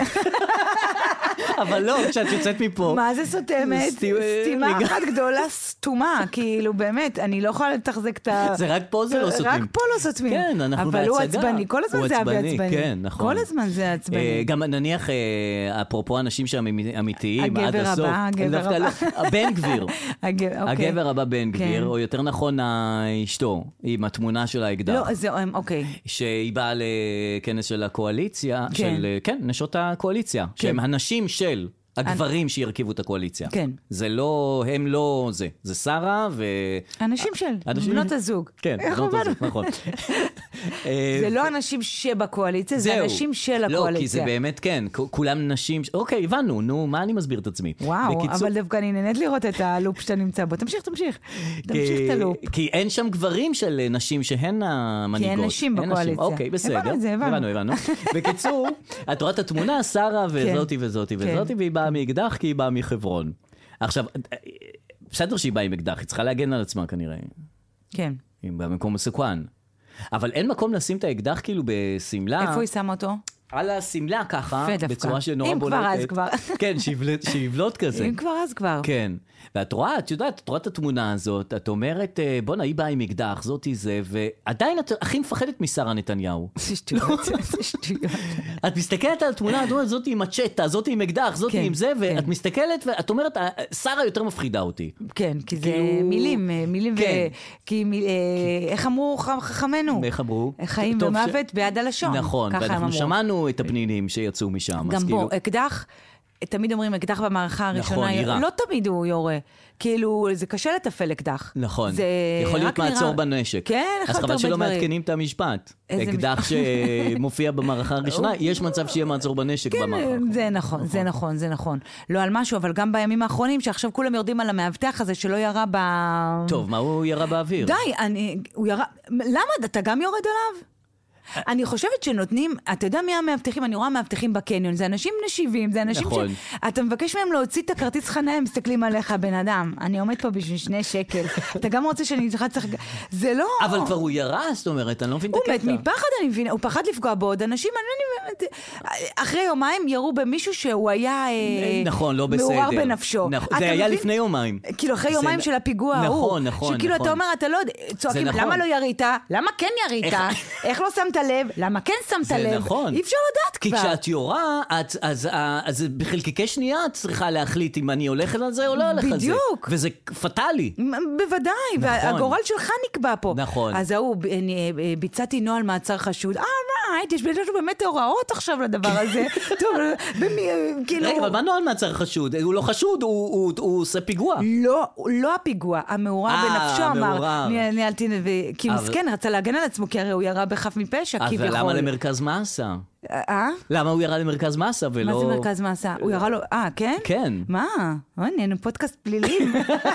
אבל לא, כשאת יוצאת מפה. מה זה סותמת? סתימה אחת גדולה סתומה, כאילו באמת, אני לא יכולה לתחזק את ה... זה רק פה זה לא סותמים. רק פה לא סותמים. כן, אנחנו בהצגה. אבל הוא עצבני, כל הזמן זה עצבני. כן, נכון. כל הזמן זה עצבני. גם נניח, אפרופו אנשים שם אמיתיים, עד הסוף. הגבר הבא, הגבר הבא. בן גביר. הגבר הבא בן גביר, או יותר נכון אשתו, עם התמונה של האקדח. לא, זה, אוקיי. שהיא באה לכנס של הקואליציה, של, כן, נשות הקואליציה, שהם הנשים של הגברים שירכיבו את הקואליציה. כן. זה לא, הם לא זה. זה שרה ו... אנשים של, בנות הזוג. כן, בנות הזוג, נכון. זה לא אנשים שבקואליציה, זה אנשים של הקואליציה. לא, כי זה באמת, כן, כולם נשים... אוקיי, הבנו, נו, מה אני מסביר את עצמי? וואו, אבל דווקא אני נהנית לראות את הלופ שאתה נמצא בו. תמשיך, תמשיך. תמשיך את הלופ. כי אין שם גברים של נשים שהן המנהיגות. כי אין נשים בקואליציה. אוקיי, בסדר. הבנו את זה, הבנו. הבנו, הבנו. בקיצור, את רואה את התמונה, שרה וזאתי וזאתי וזאתי, והיא באה מאקדח כי היא באה מחברון. עכשיו, בסדר שהיא באה עם אקדח, היא צריכה להגן על עצמה כנראה. כן. היא במקום מסוכן. אבל אין מקום לשים את האקדח כאילו בסמלה. איפה היא שמה אותו? על הסמלה ככה, בצורה שנורא בולטת. אם כבר אז כבר. כן, שיבלוט כזה. אם כבר אז כבר. כן. ואת רואה, את יודעת, את רואה את התמונה הזאת, את אומרת, בוא נהי באה עם אקדח, זאתי זה, ועדיין את הכי מפחדת משרה נתניהו. זה שטויות, זה שטויות. את מסתכלת על התמונה, את אומרת, זאתי עם מצ'טה, זאתי עם אקדח, זאתי עם זה, ואת מסתכלת, ואת אומרת, שרה יותר מפחידה אותי. כן, כי זה מילים, מילים ו... כי איך אמרו חכמנו? איך אמרו? חיים ומוות ביד הלשון. נכון, ואנחנו שמענו את הפנינים שיצאו משם. גם בו, אקדח... תמיד אומרים, אקדח במערכה הראשונה, נכון, לא תמיד הוא יורה. כאילו, זה קשה לטפל אקדח. נכון. יכול להיות מעצור בנשק. כן, אז חבל שלא מעדכנים את המשפט. אקדח שמופיע במערכה הראשונה, יש מצב שיהיה מעצור בנשק במערכה. זה נכון, זה נכון, זה נכון. לא על משהו, אבל גם בימים האחרונים, שעכשיו כולם יורדים על המאבטח הזה, שלא ירה ב... טוב, מה הוא ירה באוויר? די, הוא ירה... למה? אתה גם יורד עליו? אני חושבת שנותנים, אתה יודע מי המאבטחים? אני רואה מאבטחים בקניון, זה אנשים נשיבים, זה אנשים נכון. ש... אתה מבקש מהם להוציא את הכרטיס חניה, הם מסתכלים עליך, בן אדם, אני עומד פה בשביל שני שקל, אתה גם רוצה שאני צריך... זה לא... אבל כבר הוא ירה, זאת אומרת, אני לא מבין את הקטע. הקטע. הוא מת מפחד, אני מבין, הוא פחד לפגוע בעוד אנשים, אני... אחרי יומיים ירו במישהו שהוא היה... נכון, לא בסדר. מעורר בנפשו. זה היה לפני יומיים. כאילו, אחרי יומיים של הפיגוע ההוא. נכון, נכון. שכאילו, אתה אומר, אתה לא... צועקים, למה לא ירית? למה כן ירית? איך לא שמת לב? למה כן שמת לב? זה נכון. אי אפשר לדעת כבר. כי כשאת יורה, את, אז, אז בחלקיקי שנייה את צריכה להחליט אם אני הולכת על זה או לא הולכת על זה. בדיוק. וזה פטלי. בוודאי, נכון. והגורל שלך נקבע פה. נכון. אז ההוא, ביצעתי נוהל מעצר חשוד. אה, רייט, יש לנו באמת הוראות עכשיו לדבר הזה. טוב, במי, כאילו... רגע, אבל מה נוהל מעצר חשוד? הוא לא חשוד, הוא, הוא, הוא עושה פיגוע. לא, לא הפיגוע, המעורב בנפשו אמר. ניהלתי, כי מסכן, רצה להגן על עצמו, כי הרי הוא ירה בחף מפשע, כביכול. למה למרכז מסה? אה? למה הוא ירה למרכז מסה ולא... מה זה מרכז מסה? הוא ירה לו... אה, כן? כן. מה? נהיינו פודקאסט פלילים.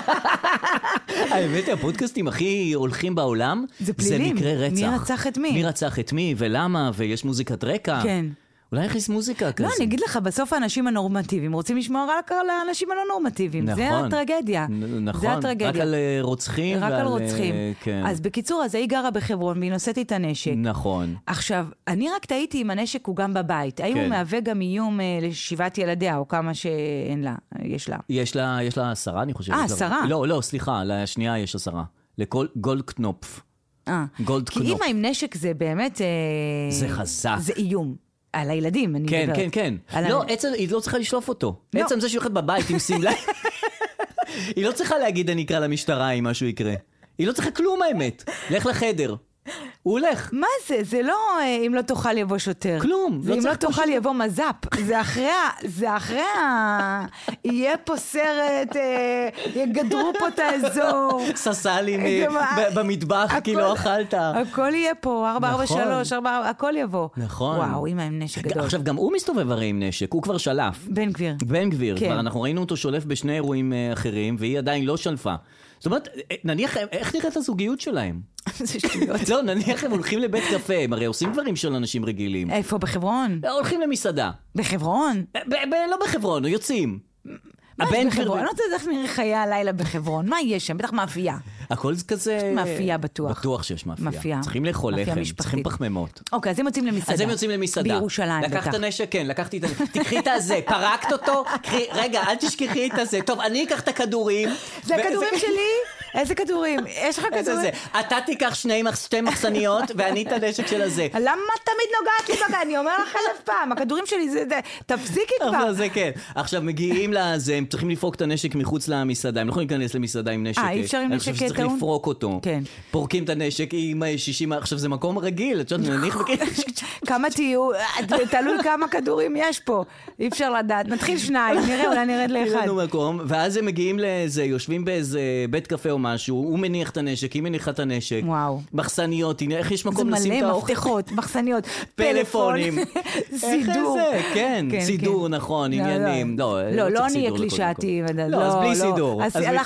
האמת, הפודקאסטים הכי הולכים בעולם, זה פלילים. זה מקרה רצח. מי רצח את מי? מי רצח את מי ולמה, ויש מוזיקת רקע. כן. אולי יכניס מוזיקה כזה. לא, אני אגיד לך, בסוף האנשים הנורמטיביים רוצים לשמוע רק על האנשים הלא נורמטיביים. נכון. זה הטרגדיה. נכון. זה הטרגדיה. רק על רוצחים. רק ועל... על רוצחים. כן. אז בקיצור, אז היא גרה בחברון והיא נושאת את הנשק. נכון. עכשיו, אני רק טעיתי אם הנשק הוא גם בבית. האם כן. הוא מהווה גם איום לשיבת ילדיה, או כמה שאין לה, יש לה? יש לה, יש לה עשרה, אני חושב. אה, עשרה? לא, לא, סליחה, לשנייה יש עשרה. לגולד קנופף. אה. גולד כי קנופף. אמא עם נשק זה באמת... זה חזק. זה איום. על הילדים, אני כן, מדברת. כן, כן, כן. לא, עצם, היא לא צריכה לשלוף אותו. לא. עצם זה שהיא הולכת בבית עם סמלה. היא לא צריכה להגיד אני אקרא למשטרה אם משהו יקרה. היא לא צריכה כלום האמת. לך לחדר. הוא הולך. מה זה? זה לא אם לא תאכל יבוא שוטר. כלום. זה אם לא תאכל יבוא מז"פ. זה אחרי ה... זה אחרי ה... יהיה פה סרט, יגדרו פה את האזור. ססלי במטבח, כי לא אכלת. הכל יהיה פה, ארבע ארבע שלוש, הכל יבוא. נכון. וואו, אמא עם נשק גדול. עכשיו, גם הוא מסתובב הרי עם נשק, הוא כבר שלף. בן גביר. בן גביר. כבר אנחנו ראינו אותו שולף בשני אירועים אחרים, והיא עדיין לא שלפה. זאת אומרת, נניח, איך נראית הזוגיות שלהם? זה שטויות. לא, נניח הם הולכים לבית קפה, הם הרי עושים דברים של אנשים רגילים. איפה, בחברון? הולכים למסעדה. בחברון? לא בחברון, יוצאים. הבן בחברון, אני לא יודעת איך נראה חיי הלילה בחברון, מה יש שם? בטח מאפייה. הכל זה כזה... מאפייה בטוח. בטוח שיש מאפייה. צריכים לאכול לחם, צריכים פחמימות. אוקיי, אז הם יוצאים למסעדה. אז הם יוצאים למסעדה. בירושלים, בטח. לקחת נשק, כן, לקחתי את זה. תקחי את הזה, פרקת אותו, רגע, אל תשכחי את הזה. טוב, אני אקח את הכדורים. זה הכדורים שלי? איזה כדורים? יש לך כדורים? אתה תיקח שתי מחסניות, ואני את הנשק של הזה. למה תמיד נוגעת לי בגן? אני אומר לך אלף פעם, הכדורים שלי זה... תפסיקי כבר. אבל זה כן. עכשיו, מגיעים לזה, הם צריכים לפרוק את הנשק מחוץ למסעדה. הם לא יכולים להיכנס למסעדה עם נשק. אה, אי אפשר עם נשק טעון? אני חושב שצריך לפרוק אותו. כן. פורקים את הנשק עם שישים... עכשיו, זה מקום רגיל. את יודעת, נניח בקשר. כמה תהיו... תלוי כמה כדורים יש פה. אי אפשר לדעת. נתחיל שניים, נראה, אולי נרד לאחד. ואז הם מגיעים לזה, יושבים באיזה בית קפה או משהו, הוא מניח את הנשק, היא מניחה את הנשק. וואו. מחסניות, איך יש מקום לשים את האוכל? זה מלא מפתחות, מחסניות, פלאפונים. סידור. כן, סידור, נכון, עניינים. לא, לא נהיה קלישאתי. לא, אז בלי סידור.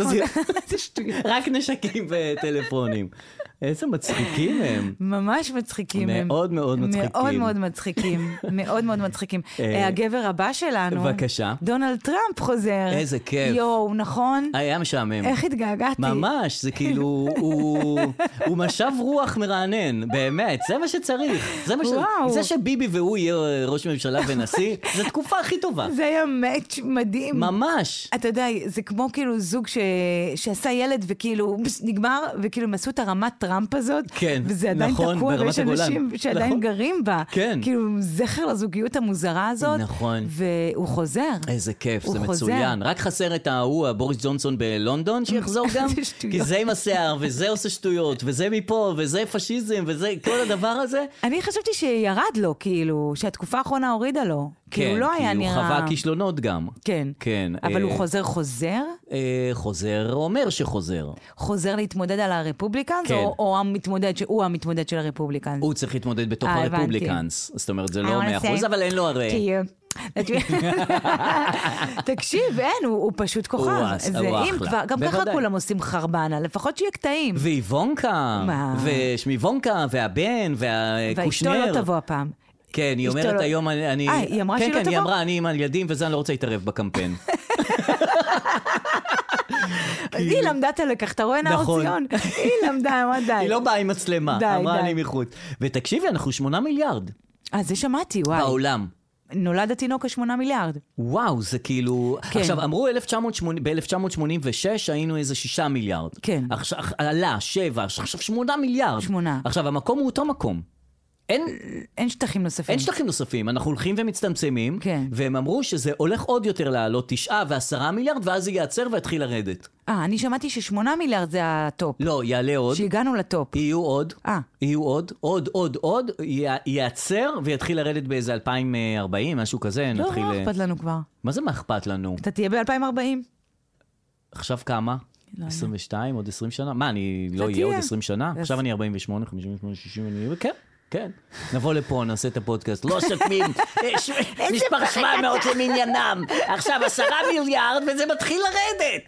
רק נשקים וטלפונים. איזה מצחיקים הם. ממש מצחיקים הם. מאוד מאוד מצחיקים. מאוד מאוד מצחיקים. מאוד מאוד מצחיקים. הגבר הבא שלנו, בבקשה. דונלד טראמפ חוזר. איזה כיף. יואו, נכון? היה משעמם. איך התגעגעתי. ממש, זה כאילו, הוא משב רוח מרענן, באמת, זה מה שצריך. זה שביבי והוא יהיה ראש ממשלה ונשיא, זו תקופה הכי טובה. זה היה מאץ' מדהים. ממש. אתה יודע, זה כמו כאילו זוג שעשה ילד וכאילו נגמר, וכאילו הם עשו את הרמת טראמפ הזאת, כן, וזה עדיין נכון, תקוע, ברמת ויש הגולן. אנשים שעדיין נכון. גרים בה. כן. כאילו זכר לזוגיות המוזרה הזאת. נכון. והוא חוזר. איזה כיף, זה חוזר. מצוין. רק חסר את ההוא, הבוריס ג'ונסון בלונדון, שיחזור גם. כי זה עם השיער, וזה עושה שטויות, וזה מפה, וזה פשיזם, וזה כל הדבר הזה. אני חשבתי שירד לו, כאילו, שהתקופה האחרונה הורידה לו. כן, כי הוא לא היה נראה... כי הוא חווה כישלונות גם. כן. כן. אבל הוא חוזר חוזר? חוזר, אומר שחוזר. חוזר להתמודד על הרפובליקנס? כן. או המתמודד, שהוא המתמודד של הרפובליקנס? הוא צריך להתמודד בתוך הרפובליקנס. זאת אומרת, זה לא מאה אחוז, אבל אין לו הרי. תקשיב, אין, הוא פשוט כוכב. הוא אחלה. גם ככה כולם עושים חרבנה, לפחות שיהיה קטעים. ואיבונקה, ושמיבונקה, והבן, והקושנר. ואשתו לא תבוא הפעם. כן, היא אומרת היום, אני... אה, היא אמרה שהיא לא תבוא? כן, כן, היא אמרה, אני עם הילדים, וזה אני לא רוצה להתערב בקמפיין. היא למדה את הלקח, אתה רואה נאור ציון? היא למדה, מה די. היא לא באה עם מצלמה, אמרה אני מחוץ. ותקשיבי, אנחנו שמונה מיליארד. אה, זה שמעתי, וואי. בעולם. נולד התינוק השמונה מיליארד. וואו, זה כאילו... עכשיו, אמרו ב-אלף תשע מאות שמונים ושש היינו איזה שישה מיליארד. כן. עכשיו, עלה, שבע, עכשיו שמונה מיליארד. שמונה. עכשיו, המקום הוא אותו מקום. אין, אין שטחים נוספים. אין שטחים נוספים, אנחנו הולכים ומצטמצמים, כן. והם אמרו שזה הולך עוד יותר לעלות תשעה ועשרה מיליארד, ואז זה ייעצר ויתחיל לרדת. אה, אני שמעתי ששמונה מיליארד זה הטופ. לא, יעלה עוד. שהגענו לטופ. יהיו עוד, אה. יהיו עוד, עוד, עוד, עוד, ייעצר ויתחיל לרדת באיזה אלפיים וארבעים, משהו כזה. לא, נתחיל... מה אכפת לנו כבר? מה זה מה אכפת לנו? אתה תהיה ב-אלפיים וארבעים. עכשיו כמה? לא עשרים ושתיים, עוד עשרים שנה? מה, אני לא אהיה עוד עשרים שנה? עכשיו אני ארבעים ושמונה, חמישים ושמונה, שישים, אני אהיה, כן. כן, נבוא לפה, נעשה את הפודקאסט, לא שתמים, מספר שבע מאות למניינם, עכשיו עשרה מיליארד וזה מתחיל לרדת.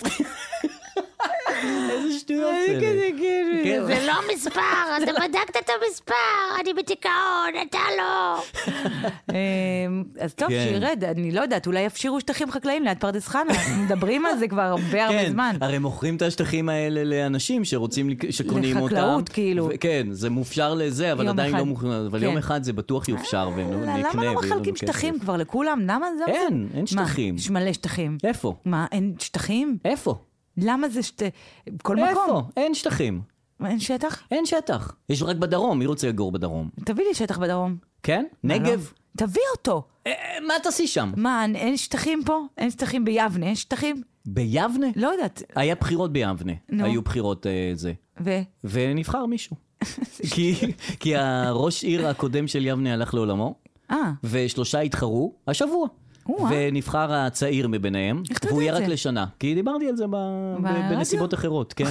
איזה שטויות זה. זה לא מספר, אתה בדקת את המספר, אני בתיכון, אתה לא. אז טוב, שירד, אני לא יודעת, אולי יפשירו שטחים חקלאיים ליד פרדס חנה, מדברים על זה כבר הרבה הרבה זמן. הרי מוכרים את השטחים האלה לאנשים שרוצים, שקונים אותם. לחקלאות כאילו. כן, זה מופשר לזה, אבל עדיין לא מוכרים, אבל יום אחד זה בטוח יופשר ונקנה. למה לא מחלקים שטחים כבר לכולם? למה זה? אין, אין שטחים. יש מלא שטחים. איפה? מה, אין שטחים? איפה? למה זה שט... כל מקום? איפה? אין שטחים. אין שטח? אין שטח. יש רק בדרום, מי רוצה לגור בדרום? תביא לי שטח בדרום. כן? נגב? תביא אותו. מה תעשי שם? מה, אין שטחים פה? אין שטחים ביבנה, אין שטחים? ביבנה? לא יודעת. היה בחירות ביבנה. היו בחירות זה. ו? ונבחר מישהו. כי הראש עיר הקודם של יבנה הלך לעולמו, ושלושה התחרו השבוע. ונבחר הצעיר מביניהם, והוא יהיה רק לשנה, כי דיברתי על זה בנסיבות אחרות, כן.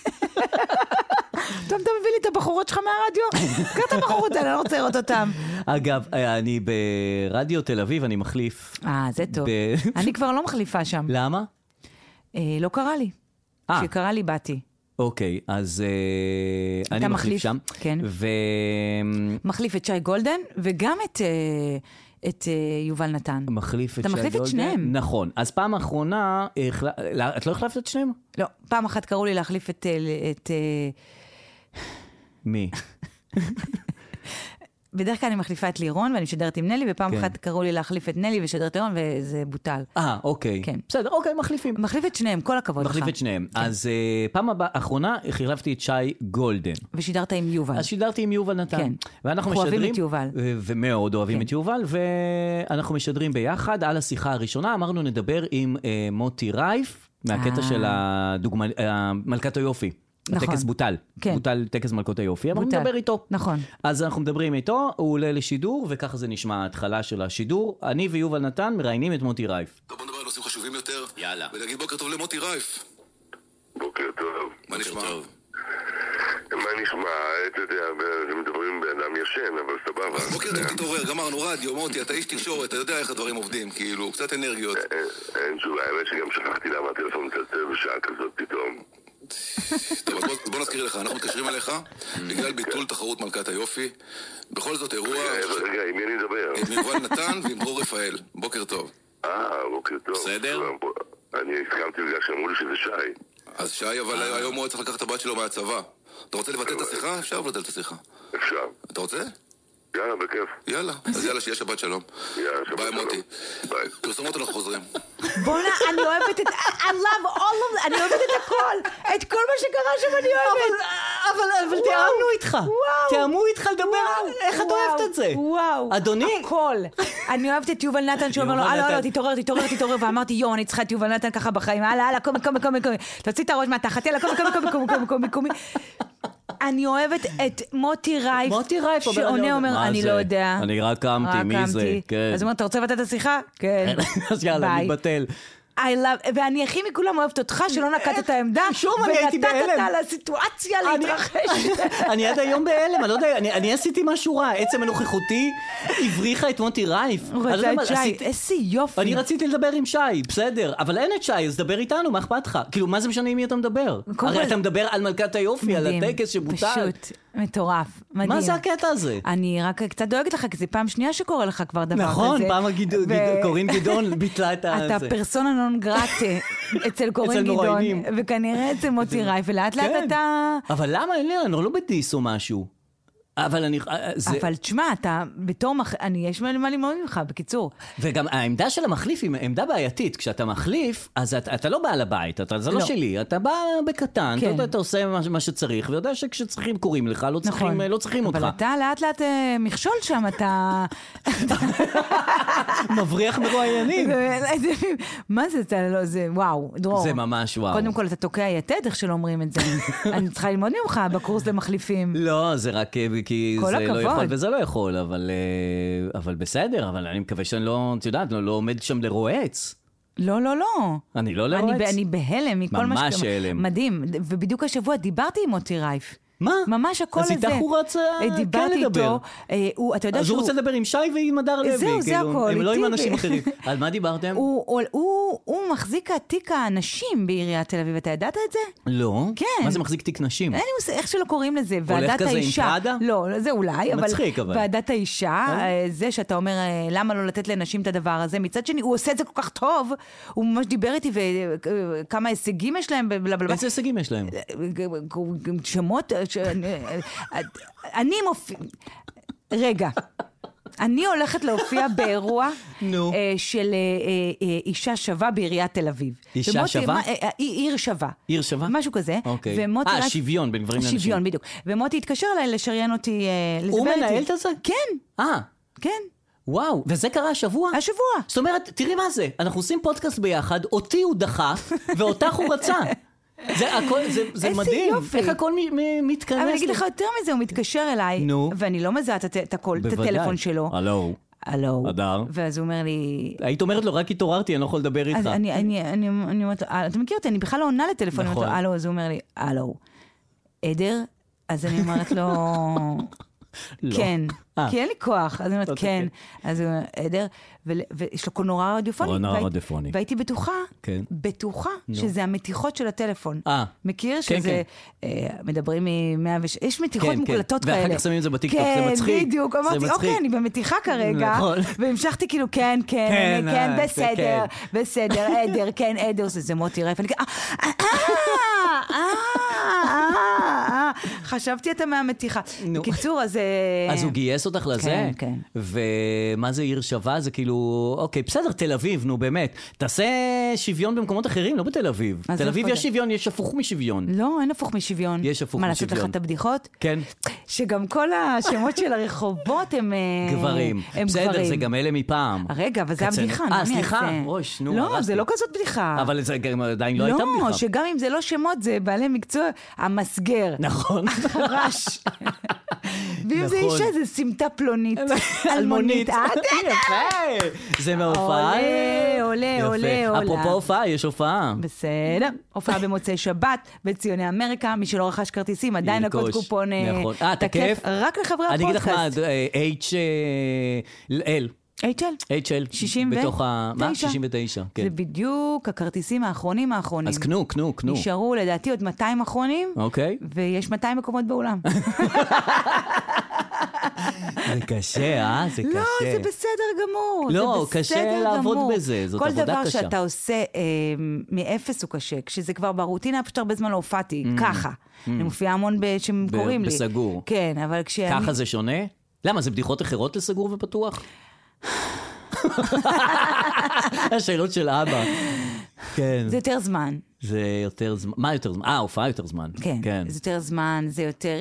טוב, אתה מביא לי את הבחורות שלך מהרדיו? קרא את הבחורות האלה, אני לא רוצה לראות אותם. אגב, אני ברדיו תל אביב, אני מחליף. אה, זה טוב. אני כבר לא מחליפה שם. למה? לא קרה לי. כשקרה לי באתי. אוקיי, אז אני מחליף שם. כן. מחליף את שי גולדן, וגם את... את יובל נתן. מחליף את אתה מחליף את שניהם. נכון. אז פעם האחרונה, את לא החלפת את שניהם? לא, פעם אחת קראו לי להחליף את... את מי? בדרך כלל אני מחליפה את לירון, ואני משדרת עם נלי, ופעם אחת קראו לי להחליף את נלי ושדרת לירון, וזה בוטל. אה, אוקיי. כן. בסדר, אוקיי, מחליפים. מחליף את שניהם, כל הכבוד לך. מחליף את שניהם. אז פעם האחרונה החלפתי את שי גולדן. ושידרת עם יובל. אז שידרתי עם יובל נתן. כן. ואנחנו אנחנו משדרים... אוהבים את יובל. ומאוד אוהבים את יובל, ואנחנו משדרים ביחד על השיחה הראשונה. אמרנו נדבר עם מוטי רייף, מהקטע של מלכת היופי. נכון. הטקס בוטל. כן. בוטל טקס מלכות היופי, אבל בוטל. נדבר איתו. נכון. אז אנחנו מדברים איתו, הוא עולה לשידור, וככה זה נשמע ההתחלה של השידור. אני ויובל נתן מראיינים את מוטי רייף. טוב, בוא נדבר על נושאים חשובים יותר. יאללה. ונגיד בוקר טוב למוטי רייף. בוקר טוב. מה נשמע? מה נשמע? אתה יודע, מדברים באדם ישן, אבל סבבה. בוקר טוב, תתעורר, גמרנו רדיו, מוטי, אתה איש תקשורת, אתה יודע איך הדברים עובדים, כאילו, קצת אנרגיות. אין תשובה, האמת שגם שכחתי למה הטלפון מצלצל בשעה כזאת פתאום. טוב, אז בוא נזכיר לך, אנחנו מתקשרים עליך בגלל ביטול תחרות מלכת היופי. בכל זאת אירוע... רגע, עם מי אני מדבר? עם יובל נתן ועם דרור רפאל. בוקר טוב. אה, בוקר טוב. בסדר? אני הסכמתי בגלל שאמרו לי שזה שי. אז שי, אבל היום הוא צריך לקחת את הבת שלו מהצבא. אתה רוצה לבטל את השיחה? אפשר לבטל את השיחה. אפשר. אתה רוצה? יאללה, בכיף. יאללה, אז יאללה, שיהיה שבת שלום. יאללה, שבת שלום. ביי מוטי. ביי. פרסומות אנחנו חוזרים. בוא'נה, אני אוהבת את... I love all of that, אני אוהבת את הכל. את כל מה שקרה שם אני אוהבת. אבל, אבל תיאמנו איתך. תיאמו איתך לדבר, איך את אוהבת את זה? וואו. אדוני. הכל. אני אוהבת את יובל נתן שאומר לו, הלו, הלו, תתעורר, תתעורר, תתעורר, ואמרתי, יו, אני צריכה את יובל נתן ככה בחיים, הלאה, הלאה, קומי, קומי, קומי, קומי. תוציא את הראש מהתחת, יאללה, קומי, קומי, קומי, קומי, קומי, קומי. אני אוהבת את מוטי רייף, מוטי רייף, שעונה אומר, אני לא יודע. אני רק קמתי, מי זה? אז הוא אומר, אתה רוצה לבטל את השיחה? כן. אז יאללה, נתבטל. I love, ואני הכי מכולם אוהבת אותך שלא נקט את העמדה, שום, אני הייתי בהלם. ונתת אותה לסיטואציה להתרחש. אני עד היום בהלם, אני לא יודע, אני עשיתי משהו רע, עצם הנוכחותי הבריחה את מוטי רייף. הוא רצה את שי, איזה יופי. אני רציתי לדבר עם שי, בסדר, אבל אין את שי, אז דבר איתנו, מה אכפת לך? כאילו, מה זה משנה עם מי אתה מדבר? הרי אתה מדבר על מלכת היופי, על הטקס שבוטל. פשוט מטורף, מדהים. מה זה הקטע הזה? אני רק קצת דואגת לך, כי זה פעם שנייה שקורה לך כבר דבר כזה. נכון, פעם קורין גדעון ביטלה את זה. אתה פרסונה נון גרטה אצל קורין גדעון, וכנראה אצל מוטי רייף, ולאט לאט אתה... אבל למה? אני לא בדיס או משהו. אבל אני... אבל תשמע, אתה בתור... אני יש מה ללמוד ממך, בקיצור. וגם העמדה של המחליף היא עמדה בעייתית. כשאתה מחליף, אז אתה לא בא לבית, זה לא שלי. אתה בא בקטן, אתה עושה מה שצריך, ויודע שכשצריכים קוראים לך, לא צריכים אותך. אבל אתה לאט לאט מכשול שם, אתה... מבריח מרואיינים. מה זה? זה וואו, דרור. זה ממש וואו. קודם כל, אתה תוקע יתד, איך שלא אומרים את זה. אני צריכה ללמוד ממך בקורס למחליפים. לא, זה רק... כי זה לא יכול וזה לא יכול, אבל, אבל בסדר, אבל אני מקווה שאני לא, את יודעת, לא, לא עומד שם לרועץ. לא, לא, לא. אני לא לרועץ? אני, אני בהלם מכל מה ממש הלם. מדהים, ובדיוק השבוע דיברתי עם מוטי רייף. מה? ממש הכל אז הזה. איתך הוא רצה כן לדבר. הוא, אתה יודע אז שהוא... הוא רוצה לדבר עם שי ועם הדר לוי. זהו, זה הכל. הם לא עם אנשים אחרים. על מה דיברתם? הוא, הוא, הוא, הוא מחזיק תיק האנשים בעיריית תל אביב, אתה ידעת את זה? לא. כן. מה זה מחזיק תיק נשים? אין לי, איך שלא קוראים לזה. הולך כזה עם פרדה? לא, זה אולי, אבל... מצחיק, אבל. ועדת האישה, זה שאתה אומר, למה לא לתת לנשים את הדבר הזה? מצד שני, הוא עושה את זה כל כך טוב, הוא ממש דיבר איתי וכמה הישגים יש להם. איזה הישגים יש להם? שמות... אני מופיע... רגע. אני הולכת להופיע באירוע של אישה שווה בעיריית תל אביב. אישה שווה? עיר שווה. עיר שווה? משהו כזה. אה, שוויון בין גברים לאנשים. שוויון, בדיוק. ומוטי התקשר אליי לשריין אותי, לדבר הוא איתי. מנהל את זה? כן. אה. כן. וואו, וזה קרה השבוע? השבוע. זאת אומרת, תראי מה זה, אנחנו עושים פודקאסט ביחד, אותי הוא דחף, ואותך הוא רצה. זה הכל, זה, זה מדהים, יופי. איך הכל מ- מ- מתכנס. אבל אני אגיד לך יותר מזה, הוא מתקשר אליי, נו. ואני לא מזהה את הכל, את הטלפון שלו. הלו. הלו. הדר. ואז הוא אומר לי... היית אומרת לו, רק התעוררתי, אני לא יכול לדבר איתך. אז אני, אני, אני, אני אומרת, אתה מכיר אותי, אני בכלל לא עונה לטלפון, נכון. הלו, אז הוא אומר לי, הלו, עדר? אז אני אומרת לו, כן, כי אין לי כוח. אז אני אומרת, כן. אז הוא אומר, עדר, ויש לו קול נורא רדיופוני. נורא רדיופוני. והייתי בטוחה, בטוחה, שזה המתיחות של הטלפון. מכיר שזה, מדברים מ-מאה ושש, יש מתיחות מוקלטות כאלה. ואחר כך שמים את זה בטיקטוק, זה מצחיק. כן, בדיוק. אמרתי, אוקיי, אני במתיחה כרגע, והמשכתי כאילו, כן, כן, כן, בסדר, בסדר, עדר, כן, עדר, זה מוטי רייף. אני כזה, אה, אה, אה, חשבתי אתה מהמתיחה. בקיצור, אז... אז הוא גייס אותך לזה? כן, כן. ומה זה עיר שווה? זה כאילו, אוקיי, בסדר, תל אביב, נו באמת. תעשה שוויון במקומות אחרים, לא בתל אביב. תל אביב יש שוויון, יש הפוך משוויון. לא, אין הפוך משוויון. יש הפוך מה, משוויון. לעשות לך את הבדיחות? כן. שגם כל השמות של הרחובות הם גברים. הם בסדר, גברים. זה גם אלה מפעם. רגע, אבל זה הבדיחה. אה, סליחה. אוש, נו, לא, זה לא כזאת בדיחה. אבל זה עדיין לא הייתה בדיחה. לא, שגם אם זה לא שמות, זה בעלי מקצוע המסגר. נכון. החרש. ואם זה אישה, זה סמטה פלונית. אלמונית. יפה. זה מהופעה. עולה, עולה, עולה, עולה. אפרופו הופעה, יש הופעה. בסדר. הופעה במוצאי שבת, בציוני אמריקה, מי שלא רכש כרטיסים, עדיין הקוד קופון תקף. רק לחברי הפודקאסט. אני אגיד לך מה, H L. אייץ' אל. אייץ' אל. שישים ותשע. בתוך ה... מה? שישים ותשע, כן. זה בדיוק הכרטיסים האחרונים האחרונים. אז קנו, קנו, קנו. נשארו לדעתי עוד מאתיים אחרונים. אוקיי. ויש מאתיים מקומות באולם. זה קשה, אה? זה קשה. לא, זה בסדר גמור. לא, קשה לעבוד בזה, זאת עבודה קשה. כל דבר שאתה עושה מאפס הוא קשה. כשזה כבר ברוטינה, פשוט הרבה זמן לא הופעתי. ככה. אני מופיעה המון שהם קוראים לי. בסגור. כן, אבל כשאני... ככה זה שונה? למה? זה בדיחות אחרות לסגור ופתוח? השאלות של אבא. כן. זה יותר זמן. זה יותר זמן. מה יותר זמן? אה, הופעה יותר זמן. כן. זה יותר זמן, זה יותר...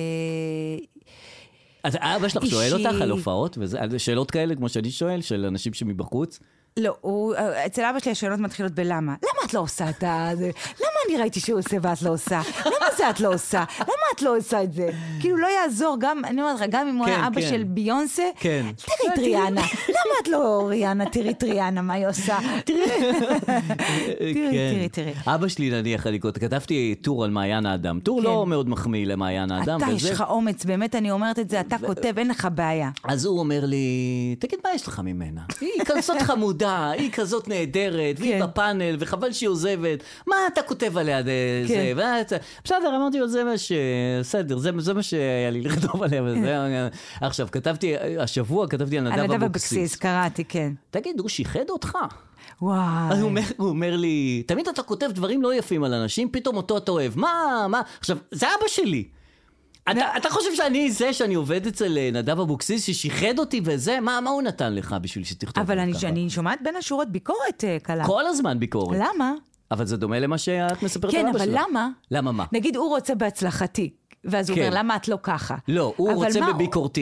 אז אבא שלך שואל אותך על הופעות? שאלות כאלה, כמו שאני שואל, של אנשים שמבחוץ? לא, אצל אבא שלי השאלות מתחילות בלמה. למה את לא עושה את זה? למה אני ראיתי שהוא עושה ואת לא עושה? למה זה את לא עושה? למה את לא עושה את זה? כאילו לא יעזור, גם, אני אומרת לך, גם אם הוא היה אבא של ביונסה, תראי את ריאנה. למה את לא ריאנה? תראי את ריאנה, מה היא עושה? תראי, תראי, תראי. אבא שלי נניח, כתבתי טור על מעיין האדם. טור לא מאוד מחמיא למעיין האדם. אתה, יש לך אומץ, באמת אני אומרת את זה, אתה כותב, אין לך בעיה. אז הוא אומר לי, תגיד, מה יש לך ממנה? היא כזאת חמודה, היא כזאת נהדרת, והיא בפאנל, וחבל שהיא עוזבת. מה אתה כותב עליה? בסדר, אמרתי לו, זה מה ש... בסדר, זה מה שהיה לי לכתוב עליה. עכשיו, כתבתי, השבוע כתבתי על נדב אבוקסיס. קראתי, כן. תגיד, הוא שיחד אותך? וואי. אז הוא אומר, הוא אומר לי, תמיד אתה כותב דברים לא יפים על אנשים, פתאום אותו אתה אוהב. מה, מה? עכשיו, זה אבא שלי. אתה, אתה חושב שאני זה שאני עובד אצל נדב אבוקסיס ששיחד אותי וזה? מה, מה הוא נתן לך בשביל שתכתוב? אבל אני, אני שומעת בין השורות ביקורת קלה. כל הזמן ביקורת. למה? אבל זה דומה למה שאת מספרת על אבא שלך. כן, אבל למה? למה מה? נגיד הוא רוצה בהצלחתי, ואז הוא אומר, למה את לא ככה? לא, הוא רוצה בביקורתי.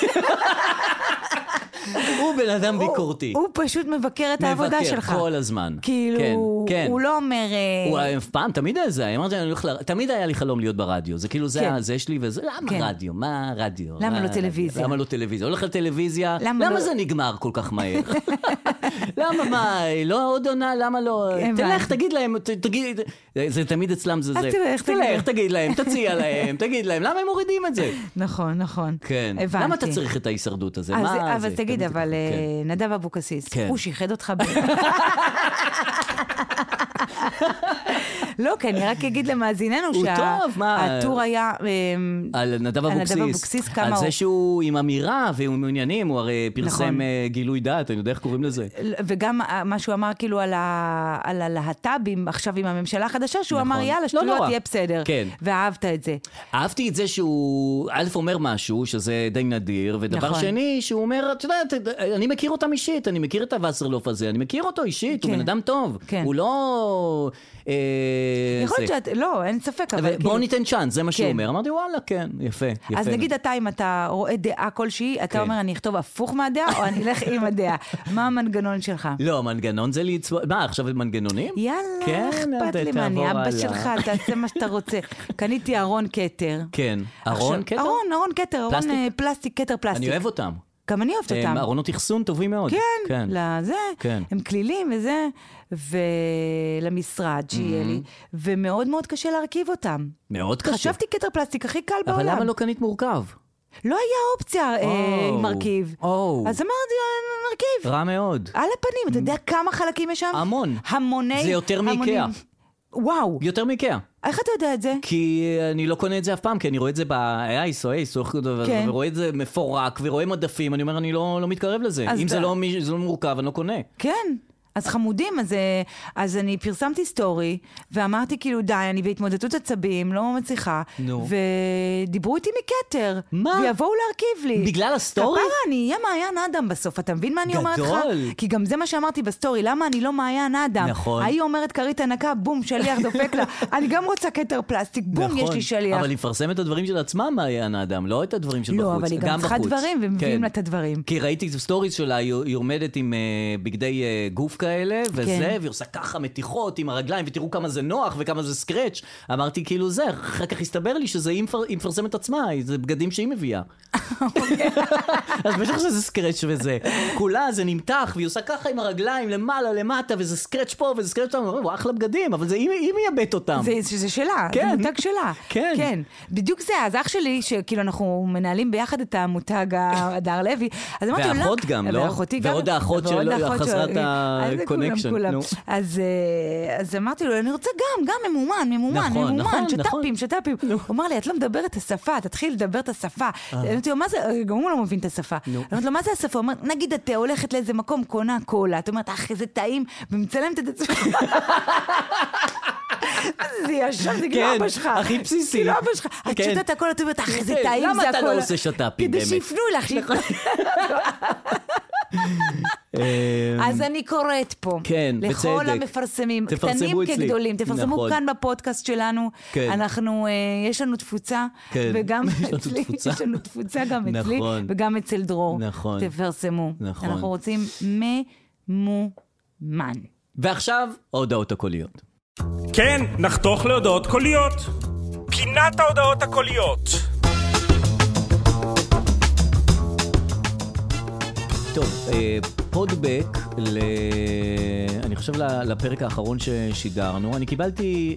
הוא בן אדם ביקורתי. הוא פשוט מבקר את העבודה שלך. מבקר כל הזמן. כאילו, הוא לא אומר... הוא אף פעם, תמיד היה זה. תמיד היה לי חלום להיות ברדיו. זה כאילו, זה יש לי וזה. למה רדיו? מה רדיו? למה לא טלוויזיה? למה לא טלוויזיה? הולך לטלוויזיה, למה זה נגמר כל כך מהר? למה מה? לא עוד עונה? למה לא? תלך, תגיד להם, תגיד... זה תמיד אצלם זה זה. תלך, תגיד להם, תציע להם, תגיד להם. למה הם מורידים את זה? נכון, נכון. כן. למה אתה צריך את ההישרדות הזה? אבל תגיד, אבל נדב אבוקסיס, הוא שיחד אותך ב... לא, כן, אני רק אגיד למאזיננו שהטור היה... על נדב אבוקסיס, על זה שהוא עם אמירה ועם מעוניינים, הוא הרי פרסם גילוי דעת, אני יודע איך קוראים לזה. וגם מה שהוא אמר כאילו על הלהט"בים, עכשיו עם הממשלה החדשה, שהוא אמר, יאללה, שטויות, יהיה בסדר. ואהבת את זה. אהבתי את זה שהוא, א' אומר משהו, שזה די נדיר, ודבר שני, שהוא אומר, אתה יודע, אני מכיר אותם אישית, אני מכיר את הווסרלוף הזה, אני מכיר אותו אישית, הוא בן אדם טוב. הוא לא... יכול להיות שאת, לא, אין ספק. בואו ניתן צ'אנס, זה מה שהוא אומר. אמרתי, וואלה, כן, יפה. אז נגיד אתה, אם אתה רואה דעה כלשהי, אתה אומר, אני אכתוב הפוך מהדעה, או אני אלך עם הדעה. מה המנגנון שלך? לא, המנגנון זה להצבוע... מה, עכשיו מנגנונים? יאללה, אכפת לי מה, אני אבא שלך, תעשה מה שאתה רוצה. קניתי ארון כתר. כן, ארון כתר? ארון, ארון כתר, ארון פלסטיק, כתר פלסטיק. אני אוהב אותם. גם אני אוהבת אותם. ארונות אחסון טובים מאוד. כן, לזה, הם כלילים וזה, ולמשרד שיהיה לי, ומאוד מאוד קשה להרכיב אותם. מאוד קשה. חשבתי כתר פלסטיק הכי קל בעולם. אבל למה לא קנית מורכב? לא היה אופציה מרכיב. אז אמרתי, מרכיב. רע מאוד. על הפנים, אתה יודע כמה חלקים יש שם? המון. המוני... זה יותר מאיקאה. וואו. יותר מאיקאה. איך אתה יודע את זה? כי אני לא קונה את זה אף פעם, כי אני רואה את זה ב-אייס או אייס, ורואה את זה מפורק, ורואה מדפים, אני אומר, אני לא מתקרב לזה. אם זה לא מורכב, אני לא קונה. כן. אז חמודים, אז, אז אני פרסמתי סטורי, ואמרתי כאילו, די, אני בהתמודדות עצבים, לא מצליחה, נו. ודיברו איתי מקטר, מה? ויבואו להרכיב לי. בגלל הסטורי? כפרה, אני אהיה מעיין אדם בסוף, אתה מבין מה אני אומרת לך? גדול. כי גם זה מה שאמרתי בסטורי, למה אני לא מעיין אדם? נכון. היא אומרת כרית הנקה, בום, שליח דופק לה, אני גם רוצה כתר פלסטיק, בום, נכון. יש לי שליח. אבל היא מפרסמת את הדברים של עצמה מעיין האדם, לא את הדברים של לא, בחוץ. אבל היא גם צריכה דברים, ומביאים כן. לה את הדברים. כי ראיתי סטוריז שלה, היא עומדת עם uh, בגדי uh, גוף כאלה, וזה, כן. והיא עושה ככה מתיחות עם הרגליים, ותראו כמה זה נוח וכמה זה סקרץ'. אמרתי כאילו זה, אחר כך הסתבר לי שזה היא מפרסמת עצמה, זה בגדים שהיא מביאה. אז בטח שזה סקרץ' וזה. כולה זה נמתח, והיא עושה ככה עם הרגליים למעלה, למטה, וזה סקרץ' פה, וזה סקרץ' שם, וואו, אחלה בגדים, אבל זה היא מייבאת אותם. זה, זה שלה, כן. זה מותג שלה. כן. כן. בדיוק זה, אז אח שלי, שכאילו אנחנו מנהלים ביחד את המותג הדר לוי, אז אמרתי לו, ואחות גם, לא? ואחותי גם. ועוד האחות של חסרת הקונקשן. אז, אז אמרתי לו, אני רוצה גם, גם ממומן, ממומן, נכון, ממומן, נכון, שטאפים, נכון. שטאפים. הוא אמר לי, את לא מדברת את השפה, תתחיל לדבר את השפה. אמרתי לו, מה זה, גם הוא לא מבין את השפה. אמרתי לו, מה זה השפה? הוא אומר, נגיד את הולכת לאיזה מקום, קונה קולה. את אומרת, אך, איזה טעים, ומצלמת את עצמך. זה ישר, זה כאילו אבא שלך. הכי בסיסי. כאילו אבא שלך. את שותה את הכל, את אומרת, אך, איזה טעים זה הכל. למה אתה לא עושה שטאפים באמת? כדי שיפנו לך. אז אני קוראת פה. כן, בצדק. לכל המפרסמים, קטנים כגדולים. תפרסמו כאן בפודקאסט שלנו. אנחנו, יש לנו תפוצה. וגם אצלי, יש לנו תפוצה גם אצלי. וגם אצל דרור. תפרסמו. אנחנו רוצים ממומן. ועכשיו, ההודעות הקוליות. כן, נחתוך להודעות קוליות. פינת ההודעות הקוליות. טוב, פודבק, אני חושב לפרק האחרון ששידרנו, אני קיבלתי...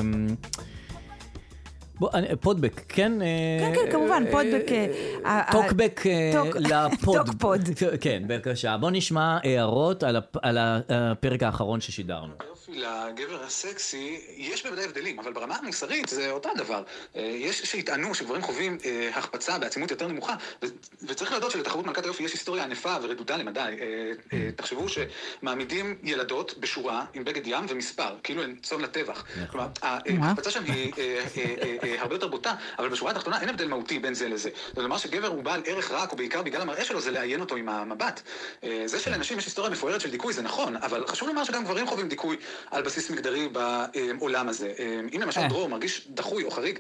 פודבק, כן? כן, כן, כמובן, פודבק... טוקבק לפוד. טוקפוד. כן, בבקשה. בוא נשמע הערות על הפרק האחרון ששידרנו. לגבר הסקסי יש בוודאי הבדלים, אבל ברמה המוסרית זה אותו דבר. יש שהטענו שגברים חווים החפצה בעצימות יותר נמוכה, וצריך להודות שלתחרות מלכת היופי יש היסטוריה ענפה ורדודה למדי. תחשבו שמעמידים ילדות בשורה עם בגד ים ומספר, כאילו הן צאן לטבח. כלומר, ההחפצה שם היא הרבה יותר בוטה, אבל בשורה התחתונה אין הבדל מהותי בין זה לזה. זאת אומרת שגבר הוא בעל ערך רק, ובעיקר בגלל המראה שלו, זה לעיין אותו עם המבט. זה שלאנשים יש היסטוריה מפוארת של דיכוי, זה נכון, אבל חשוב לומר שגם גברים חווים דיכוי על בסיס מגדרי בעולם הזה. אם למשל דרור מרגיש דחוי או חריג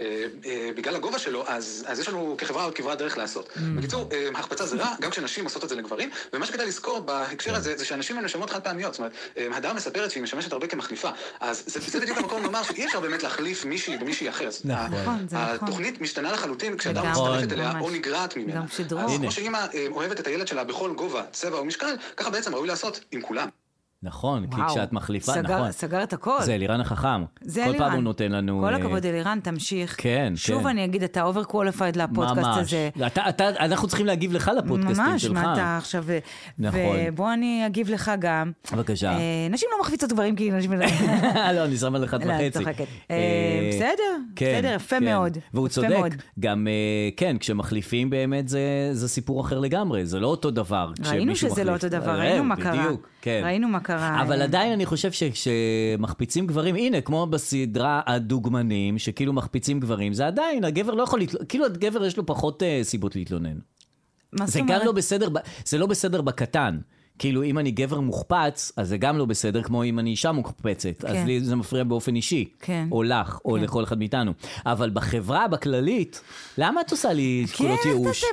בגלל הגובה שלו, אז יש לנו כחברה עוד כברת דרך לעשות. בקיצור, החפצה זה רע, גם כשנשים עושות את זה לגברים, ומה שכדאי לזכור בהקשר הזה, זה שאנשים הם נשמות חד פעמיות. זאת אומרת, הדר מספרת שהיא משמשת הרבה כמחליפה. אז זה בדיוק המקום לומר שאי אפשר באמת להחליף מישהי במישהי אחר. התוכנית משתנה לחלוטין כשאדם מצטרפת אליה או נגרעת ממנה. אז כמו שאמא אוהבת את הילד שלה בכל גובה, צבע או משקל, ככה בעצם ראוי לעשות עם כולם. נכון, כי כשאת מחליפה, נכון. סגר את הכל. זה אלירן החכם. זה כל אלירן. פעם הוא נותן לנו... כל הכבוד אלירן, תמשיך. כן, שוב כן. אני אגיד, אתה אובר-קווליפייד לפודקאסט הזה. ממש. אתה, אתה, אנחנו צריכים להגיב לך לפודקאסטים שלך. ממש, מה אתה עכשיו... נכון. ובוא אני אגיב לך גם. בבקשה. נשים לא מחפיצות דברים, כי נשים... לא, אני שמה לך את וחצי. לא, צוחקת. בסדר, בסדר, יפה מאוד. והוא צודק. גם, כן, כשמחליפים באמת זה סיפור אחר לגמרי. זה לא אותו דבר. ראינו שזה לא אותו דבר, ראינו מה קרה. ראינו מה קרה. אבל עדיין אני חושב שכשמחפיצים גברים, הנה, כמו בסדרה הדוגמנים, שכאילו מחפיצים גברים, זה עדיין, הגבר לא יכול להתלונן, כאילו הגבר יש לו פחות סיבות להתלונן. זה גם לא בסדר, זה לא בסדר בקטן. כאילו, אם אני גבר מוחפץ, אז זה גם לא בסדר, כמו אם אני אישה מוחפצת. אז לי זה מפריע באופן אישי. או לך, או לכל אחד מאיתנו. אבל בחברה, בכללית, למה את עושה לי קולות ייאוש?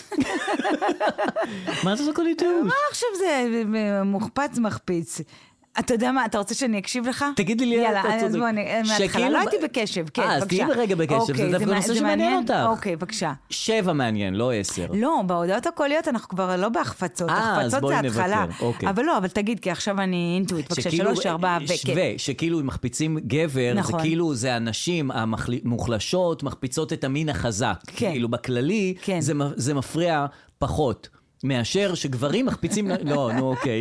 מה את עושה קולות ייאוש? מה עכשיו זה מוחפץ מחפיץ? אתה יודע מה, אתה רוצה שאני אקשיב לך? תגידי לי, יאללה, אז בוא, מההתחלה, לא הייתי בקשב, כן, בבקשה. אה, אז תהיי ברגע בקשב, זה דווקא נושא שמעניין אותך. אוקיי, בבקשה. שבע מעניין, לא עשר. לא, בהודעות הקוליות אנחנו כבר לא בהחפצות, החפצות זה ההתחלה. אבל לא, אבל תגיד, כי עכשיו אני אינטואיט, בבקשה, שלוש, ארבע, וכן. שכאילו אם מחפיצים גבר, זה כאילו, זה הנשים המוחלשות, מחפיצות את המין החזק. כאילו בכללי, זה מפריע פחות, מאשר שגברים מחפיצים, לא, נו, אוקיי.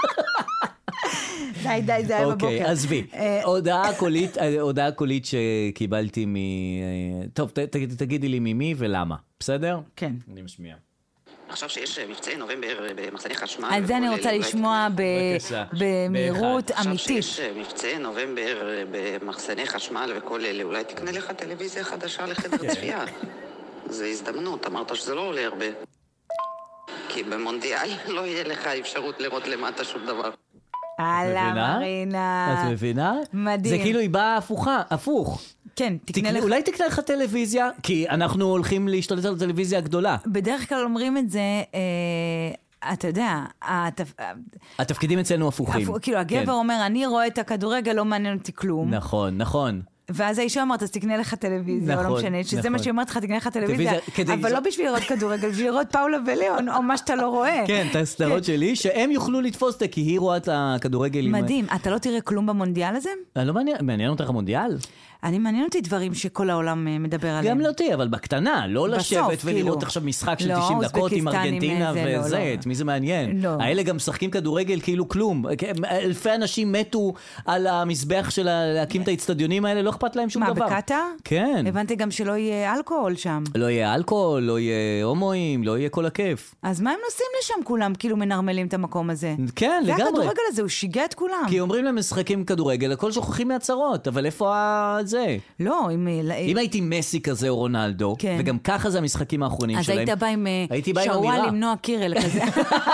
די, די, זה היה בבוקר. אוקיי, עזבי. הודעה קולית, הודעה קולית שקיבלתי מ... טוב, תגידי לי ממי ולמה, בסדר? כן. אני משמיע. עכשיו שיש מבצעי נובמבר במחסני חשמל... על זה אני רוצה לשמוע במהירות אמיתית. עכשיו שיש מבצעי נובמבר במחסני חשמל וכל אלה, אולי תקנה לך טלוויזיה חדשה לחדר צפייה. זה הזדמנות, אמרת שזה לא עולה הרבה. כי במונדיאל לא יהיה לך אפשרות לראות למטה שום דבר. הלאה, מרינה. את מבינה? מדהים. זה כאילו היא באה הפוכה, הפוך. כן, תקנה לך... אולי תקנה לך טלוויזיה, כי אנחנו הולכים להשתלט על הטלוויזיה הגדולה. בדרך כלל אומרים את זה, אתה יודע, התפקידים אצלנו הפוכים. כאילו, הגבר אומר, אני רואה את הכדורגל, לא מעניין אותי כלום. נכון, נכון. ואז האישה אומרת, אז תקנה לך טלוויזיה, או לא משנה, שזה מה שאומרת לך, תקנה לך טלוויזיה, אבל לא בשביל לראות כדורגל, בשביל לראות פאולה וליאון, או מה שאתה לא רואה. כן, את הסדרות שלי, שהם יוכלו לתפוס אותה, כי היא רואה את הכדורגל. מדהים, אתה לא תראה כלום במונדיאל הזה? לא מעניין אותך המונדיאל? אני מעניין אותי דברים שכל העולם מדבר עליהם. גם לא אותי, אבל בקטנה, לא לשבת ולראות עכשיו משחק של תשעים דקות עם ארגנטינה וזה, את מי זה מעניין? האלה גם משחקים כדורגל כאילו כלום. אלפי אנשים מתו על המזבח של להקים את האצטדיונים האלה, לא אכפת להם שום דבר. מה, בקטר? כן. הבנתי גם שלא יהיה אלכוהול שם. לא יהיה אלכוהול, לא יהיה הומואים, לא יהיה כל הכיף. אז מה הם נוסעים לשם כולם, כאילו מנרמלים את המקום הזה? כן, לגמרי. והכדורגל הזה, הוא שיגע את כולם. כי אומרים להם משחקים כדורגל, הכל שוכחים מהצרות, אבל איפה זה? לא, אם... אם הייתי מסי כזה או רונלדו, כן. וגם ככה זה המשחקים האחרונים שלהם. אז היית בא עם שוואל עם נועה קירל כזה.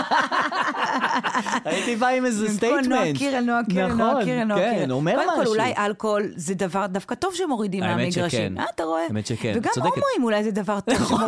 הייתי בא עם איזה סטייטמנט. נועה קירל, נועה קירל, נועה קירל, נועה קירל. כן, אומר משהו. קודם כל, אולי אלכוהול זה דבר דווקא טוב שמורידים מהמגרשים. אה, אתה רואה? האמת שכן. וגם הומואים אולי זה דבר טוב.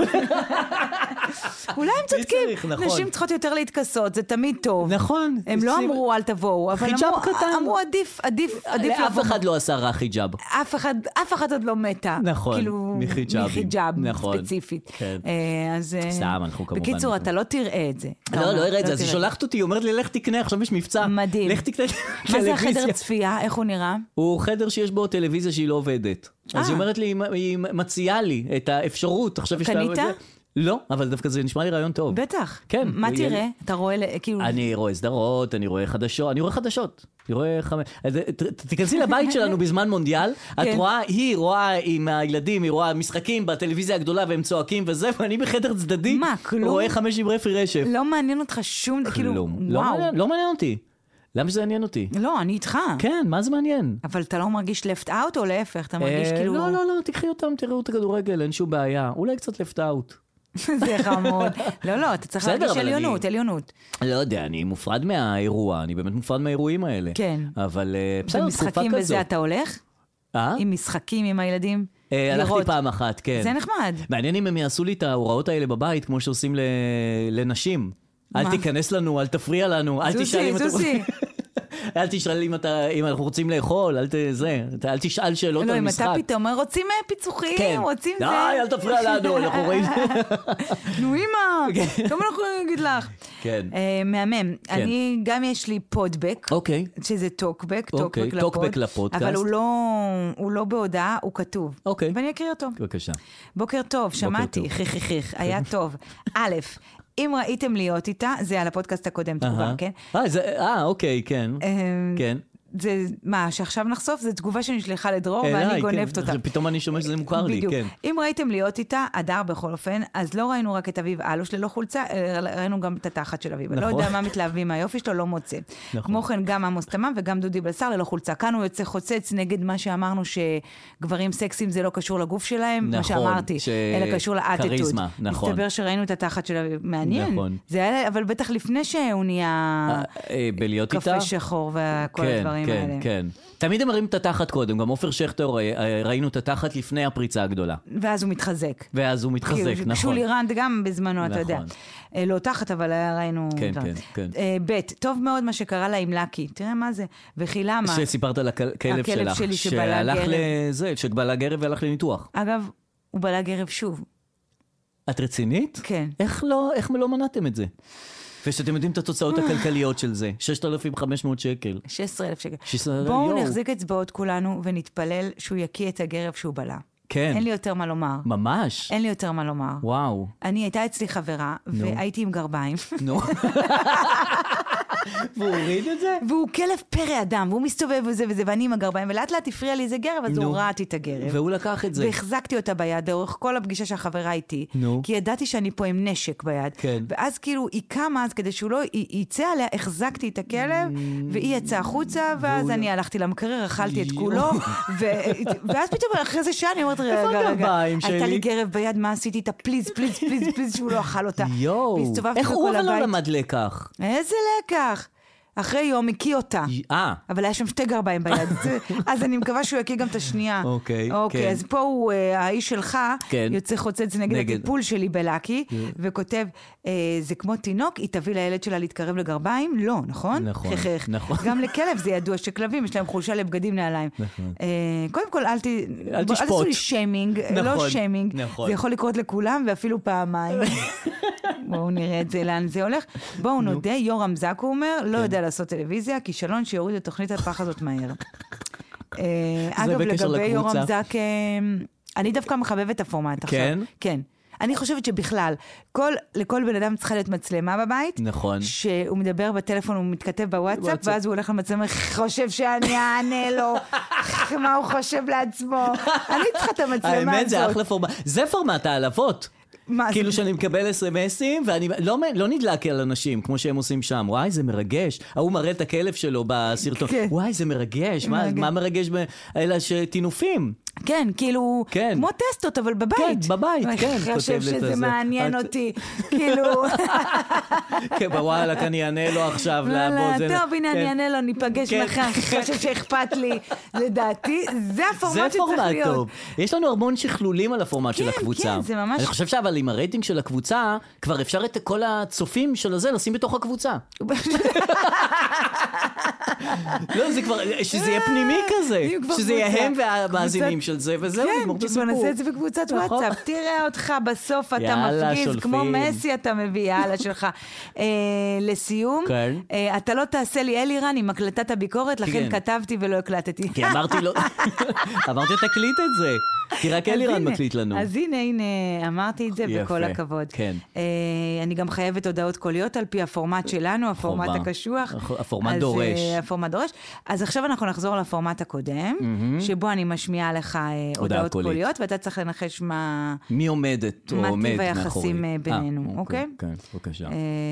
אולי הם צודקים. נשים צריכות יותר להתכסות, זה תמיד טוב. נכון. הם לא אמרו אל תבואו, אבל אמרו עדיף, עדיף, עדיף. אף אחד לא עשה רע חיג'אב. אף אחד, אף אחד עוד לא מתה. נכון. כאילו, מחיג'אב ספציפית. אז... סתם, אנחנו כמובן... בקיצור, אתה לא תראה את זה. לא, לא אראה את זה. אז היא שולחת אותי, היא אומרת לי, לך תקנה, עכשיו יש מבצע. מדהים. לך תקנה טלוויזיה. מה זה החדר צפייה? איך הוא נראה? הוא חדר שיש בו טלוויזיה שהיא לא עובדת. אז היא אומרת לי, היא מציעה לי את האפשרות. קנית? לא, אבל דווקא זה נשמע לי רעיון טוב. בטח. כן. מה תראה? אתה רואה כאילו... אני רואה סדרות, אני רואה חדשות, אני רואה חדשות. אני רואה חמש... תיכנסי לבית שלנו בזמן מונדיאל, את רואה, היא רואה עם הילדים, היא רואה משחקים בטלוויזיה הגדולה והם צועקים וזה, ואני בחדר צדדי. מה, כלום? רואה חמש עם רפי רשף. לא מעניין אותך שום... כלום. לא מעניין אותי. למה שזה מעניין אותי? לא, אני איתך. כן, מה זה מעניין? אבל אתה לא מרגיש left out או להפך? אתה מרגיש כאילו... לא, לא, לא, תקחי אותם, תראו את הכדורגל, אין שום בעיה. אולי קצת left out. זה חמוד. לא, לא, אתה צריך להרגיש עליונות, עליונות. לא יודע, אני מופרד מהאירוע, אני באמת מופרד מהאירועים האלה. כן. אבל בסדר, תקופה כזו. במשחקים בזה אתה הולך? אה? עם משחקים עם הילדים? הלכתי פעם אחת, כן. זה נחמד. מעניין אם הם יעשו לי את ההוראות האלה בבית, כמו שעושים לנשים. אל תיכנס לנו, אל תפריע לנו, אל תשאל אם אתה... זוסי, אל תשאל אם, אתה, אם אנחנו רוצים לאכול, אל, זה, אל תשאל שאלות לא, על משחק. לא, אם אתה פתאום רוצים פיצוחים, כן. רוצים די, זה. די, אל תפריע לנו, אנחנו רואים. נו, אמא, כמה אנחנו נגיד לך. כן. Uh, מהמם. כן. אני, גם יש לי פודבק, אוקיי. שזה טוקבק, אוקיי. טוקבק, טוקבק לפודקאסט. אבל הוא לא, הוא לא בהודעה, הוא כתוב. אוקיי. ואני אקריא אותו. בבקשה. בוקר טוב, שמעתי, חיך, חיך, חיך, היה טוב. א', אם ראיתם להיות איתה, זה על הפודקאסט הקודם, תגובה, כן? אה, אוקיי, כן. כן. זה, מה, שעכשיו נחשוף, זה תגובה שנשלחה לדרור, ואני גונבת אותה. פתאום אני שומע שזה מוכר לי, כן. אם ראיתם להיות איתה, אדר בכל אופן, אז לא ראינו רק את אביב אלוש ללא חולצה, ראינו גם את התחת של אביב. לא יודע מה מתלהבים מהיופי שלו, לא מוצא. כמו כן, גם עמוס תמם וגם דודי בלסר ללא חולצה. כאן הוא יוצא חוצץ נגד מה שאמרנו שגברים סקסים זה לא קשור לגוף שלהם, מה שאמרתי, אלא קשור לאטיטוד. מסתבר שראינו את התחת של אביב. מעניין. זה היה, אבל בטח לפני שהוא נהיה קפה שחור וכל הדברים הדברים האלה. כן, כן. תמיד הם מראים את התחת קודם, גם עופר שכטר ראינו את התחת לפני הפריצה הגדולה. ואז הוא מתחזק. ואז הוא מתחזק, נכון. שולי רנד גם בזמנו, אתה יודע. לא תחת, אבל ראינו... כן, כן, כן. ב', טוב מאוד מה שקרה לה עם לקי, תראה מה זה. וכי למה? שסיפרת על הכלב שלך. הכלב שלי שבא לגרב. לזה, שבא לגרב והלך לניתוח. אגב, הוא בא לגרב שוב. את רצינית? כן. איך לא, איך לא מנעתם את זה? ושאתם יודעים את התוצאות הכלכליות של זה. שישת אלפים וחמש מאות שקל. שישה עשר אלף שקל. שישה עשר אלף, בואו יו. נחזיק אצבעות כולנו ונתפלל שהוא יקיא את הגרב שהוא בלע. כן. אין לי יותר מה לומר. ממש? אין לי יותר מה לומר. וואו. אני הייתה אצלי חברה, והייתי עם גרביים. נו. והוא הוריד את זה? והוא כלב פרא אדם, והוא מסתובב וזה וזה, ואני עם הגרביים, ולאט לאט הפריע לי איזה גרב, אז הורדתי את הגרב. והוא לקח את זה. והחזקתי אותה ביד, לאורך כל הפגישה שהחברה איתי, כי ידעתי שאני פה עם נשק ביד. ואז כאילו היא קמה, אז כדי שהוא לא יצא עליה, החזקתי את הכלב, והיא יצאה החוצה, ואז אני הלכתי למקרר, אכלתי את כולו, ואז פתאום אחרי זה שעה אני אומרת, רגע, רגע, הייתה לי גרב ביד, מה עשיתי איתה? פליז, פליז, פליז, פליז, שהוא לא אכל אותה. איך הוא אבל לא למד לקח? איזה לקח? אחרי יום הקיא אותה. אה. אבל היה שם שתי גרביים ביד. אז אני מקווה שהוא יקיא גם את השנייה. אוקיי. אוקיי, אז פה הוא, האיש שלך, יוצא חוצץ נגד הטיפול שלי בלקי, וכותב, זה כמו תינוק, היא תביא לילד שלה להתקרב לגרביים? לא, נכון? נכון. נכון. גם לכלב זה ידוע שכלבים, יש להם חולשה לבגדים נעליים. נכון. קודם כל, אל תשפוט. אל תעשו לי שיימינג, לא שיימינג. זה יכול לקרות לכולם, ואפילו פעמיים. בואו נראה את זה, לאן זה הולך. בואו נודה, יורם זק הוא אומר, לא יודע לעשות טלוויזיה, כישלון שיוריד את תוכנית הפח הזאת מהר. אגב, לגבי יורם זק, אני דווקא מחבבת את הפורמט עכשיו. כן? כן. אני חושבת שבכלל, כל, לכל בן אדם צריכה להיות מצלמה בבית. נכון. שהוא מדבר בטלפון, הוא מתכתב בוואטסאפ, ואז הוא הולך למצלמה, חושב שאני אענה לו, מה הוא חושב לעצמו. אני צריכה את המצלמה הזאת. האמת, זה אחלה פורמט. זה פורמט העלבות. כאילו שאני מקבל אס-אמסים, ואני לא נדלק על אנשים, כמו שהם עושים שם. וואי, זה מרגש. הוא מראה את הכלב שלו בסרטון. וואי, זה מרגש. מה מרגש? אלא שתינופים. כן, כאילו, כמו טסטות, אבל בבית. כן, בבית, כן. חושב שזה מעניין אותי. כאילו... כן, בוואלה, אני אענה לו עכשיו. טוב, הנה, אני אענה לו, ניפגש מחר. חושב שאכפת לי. לדעתי, זה הפורמט שצריך להיות. יש לנו המון שכלולים על הפורמט של הקבוצה. כן, כן, זה ממש... אני חושב שאבל עם הרייטינג של הקבוצה, כבר אפשר את כל הצופים של הזה לשים בתוך הקבוצה. לא, זה כבר, שזה יהיה פנימי כזה. שזה יהיה הם והמאזינים של זה, וזהו, נגמור את הסיפור. כן, נעשה את זה בקבוצת וואטסאפ. תראה אותך בסוף, אתה מפגיז, כמו מסי אתה מביא, יאללה שלך. לסיום, אתה לא תעשה לי אלירן עם הקלטת הביקורת, לכן כתבתי ולא הקלטתי. כי אמרתי לו, אמרתי תקליט את זה. כי רק אלירן מקליט לנו. אז הנה, הנה, אמרתי את זה בכל הכבוד. כן. אני גם חייבת הודעות קוליות על פי הפורמט שלנו, הפורמט הקשוח. הפורמט דורש. הפורמט דורש. אז עכשיו אנחנו נחזור לפורמט הקודם, שבו אני משמיעה לך הודעות קוליות, ואתה צריך לנחש מה... מי עומדת או עומד מאחורי. מה טיב היחסים בינינו, אוקיי? כן, בבקשה.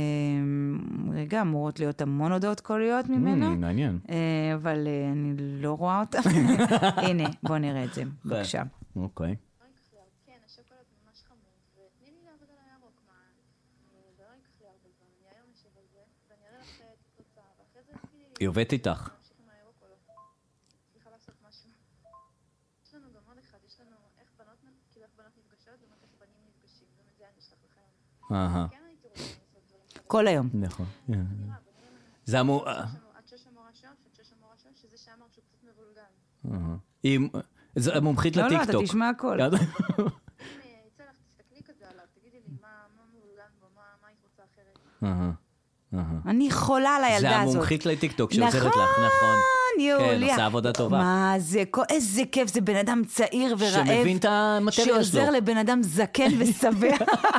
רגע, אמורות להיות המון הודעות קוליות ממנו. מעניין. אבל אני לא רואה אותה. הנה, בוא נראה את זה. בבקשה. אוקיי. כן, השוקולד ממש חמוד, ותני לי לעבוד על הירוק, מה, זה לא ייקח לי הרבה זמן, אני היום אשב על זה, ואני אראה לך את התוצאה, ואחרי זה תגידי לי... היא עובדת איתך. להמשיך עם הירוק או לא. צריכה לעשות משהו. יש לנו גם עוד אחד, יש לנו איך בנות, כאילו איך בנות נפגשות, ומה איך בנים נפגשים, גם את זה אני אשלח לך היום. כן, הייתי רוצה לעשות דברים. כל היום. נכון. זה אמור... עד שש המורה שוש, עד שש המורה שוש, שזה שאמר שהוא קצת מבולגן. אם... זה מומחית לטיקטוק. לא, לא, אתה תשמע הכל. אם יצא לך, תסתכלי כזה עליו, תגידי לי מה מבולגן בו, מה היית רוצה אחרת. אני חולה על הילדה הזאת. זה המומחית לטיקטוק שעוזרת לך, נכון. יוליה. כן, עושה עבודה טובה. מה זה, איזה כיף, זה בן אדם צעיר ורעב. שמבין את המטריה שלו. שעוזר לבן אדם זקן ושבע.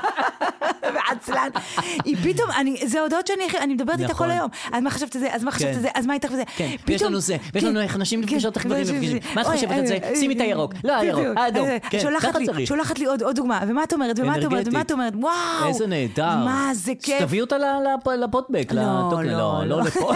ועצלן. היא פתאום, זה ההודעות שאני, אני מדברת איתה כל היום. אז מה חשבת את זה? אז מה חשבת את זה? אז מה איתך וזה? כן, ויש לנו זה. ויש לנו איך נשים נפגשות, איך גברים נפגשים. מה את חושבת את זה? שימי את הירוק. לא, הירוק, האדום. שולחת לי עוד דוגמה. ומה את אומרת? ומה את אומרת? ומה את אומרת? וואו. איזה נהדר. מה זה כיף. שתביא אותה לפודבק. לא, לא, לא לפה.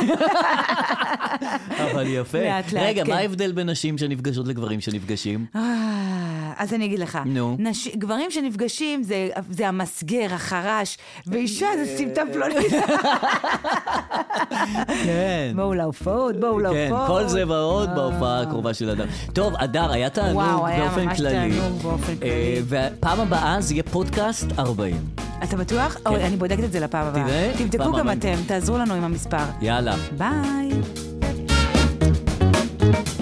אבל יפה. רגע, מה ההבדל בין נשים שנפגשות לגברים שנפגשים? אז אני אגיד לך. נו. נש... גברים שנפגשים זה, זה המסגר, החרש, ואישה זה סמטה פלונית. כן. בואו להופעות, בואו להופעות. כן, כל זה ועוד בהופעה הקרובה של אדר. טוב, אדר, היה תענוג באופן כללי. וואו, היה ממש תענוג באופן כללי. והפעם הבאה זה יהיה פודקאסט ארבעים. אתה בטוח? אוי, אני בודקת את זה לפעם הבאה. תראה. תבדקו גם אתם, תעזרו לנו עם המספר. יאללה. ביי.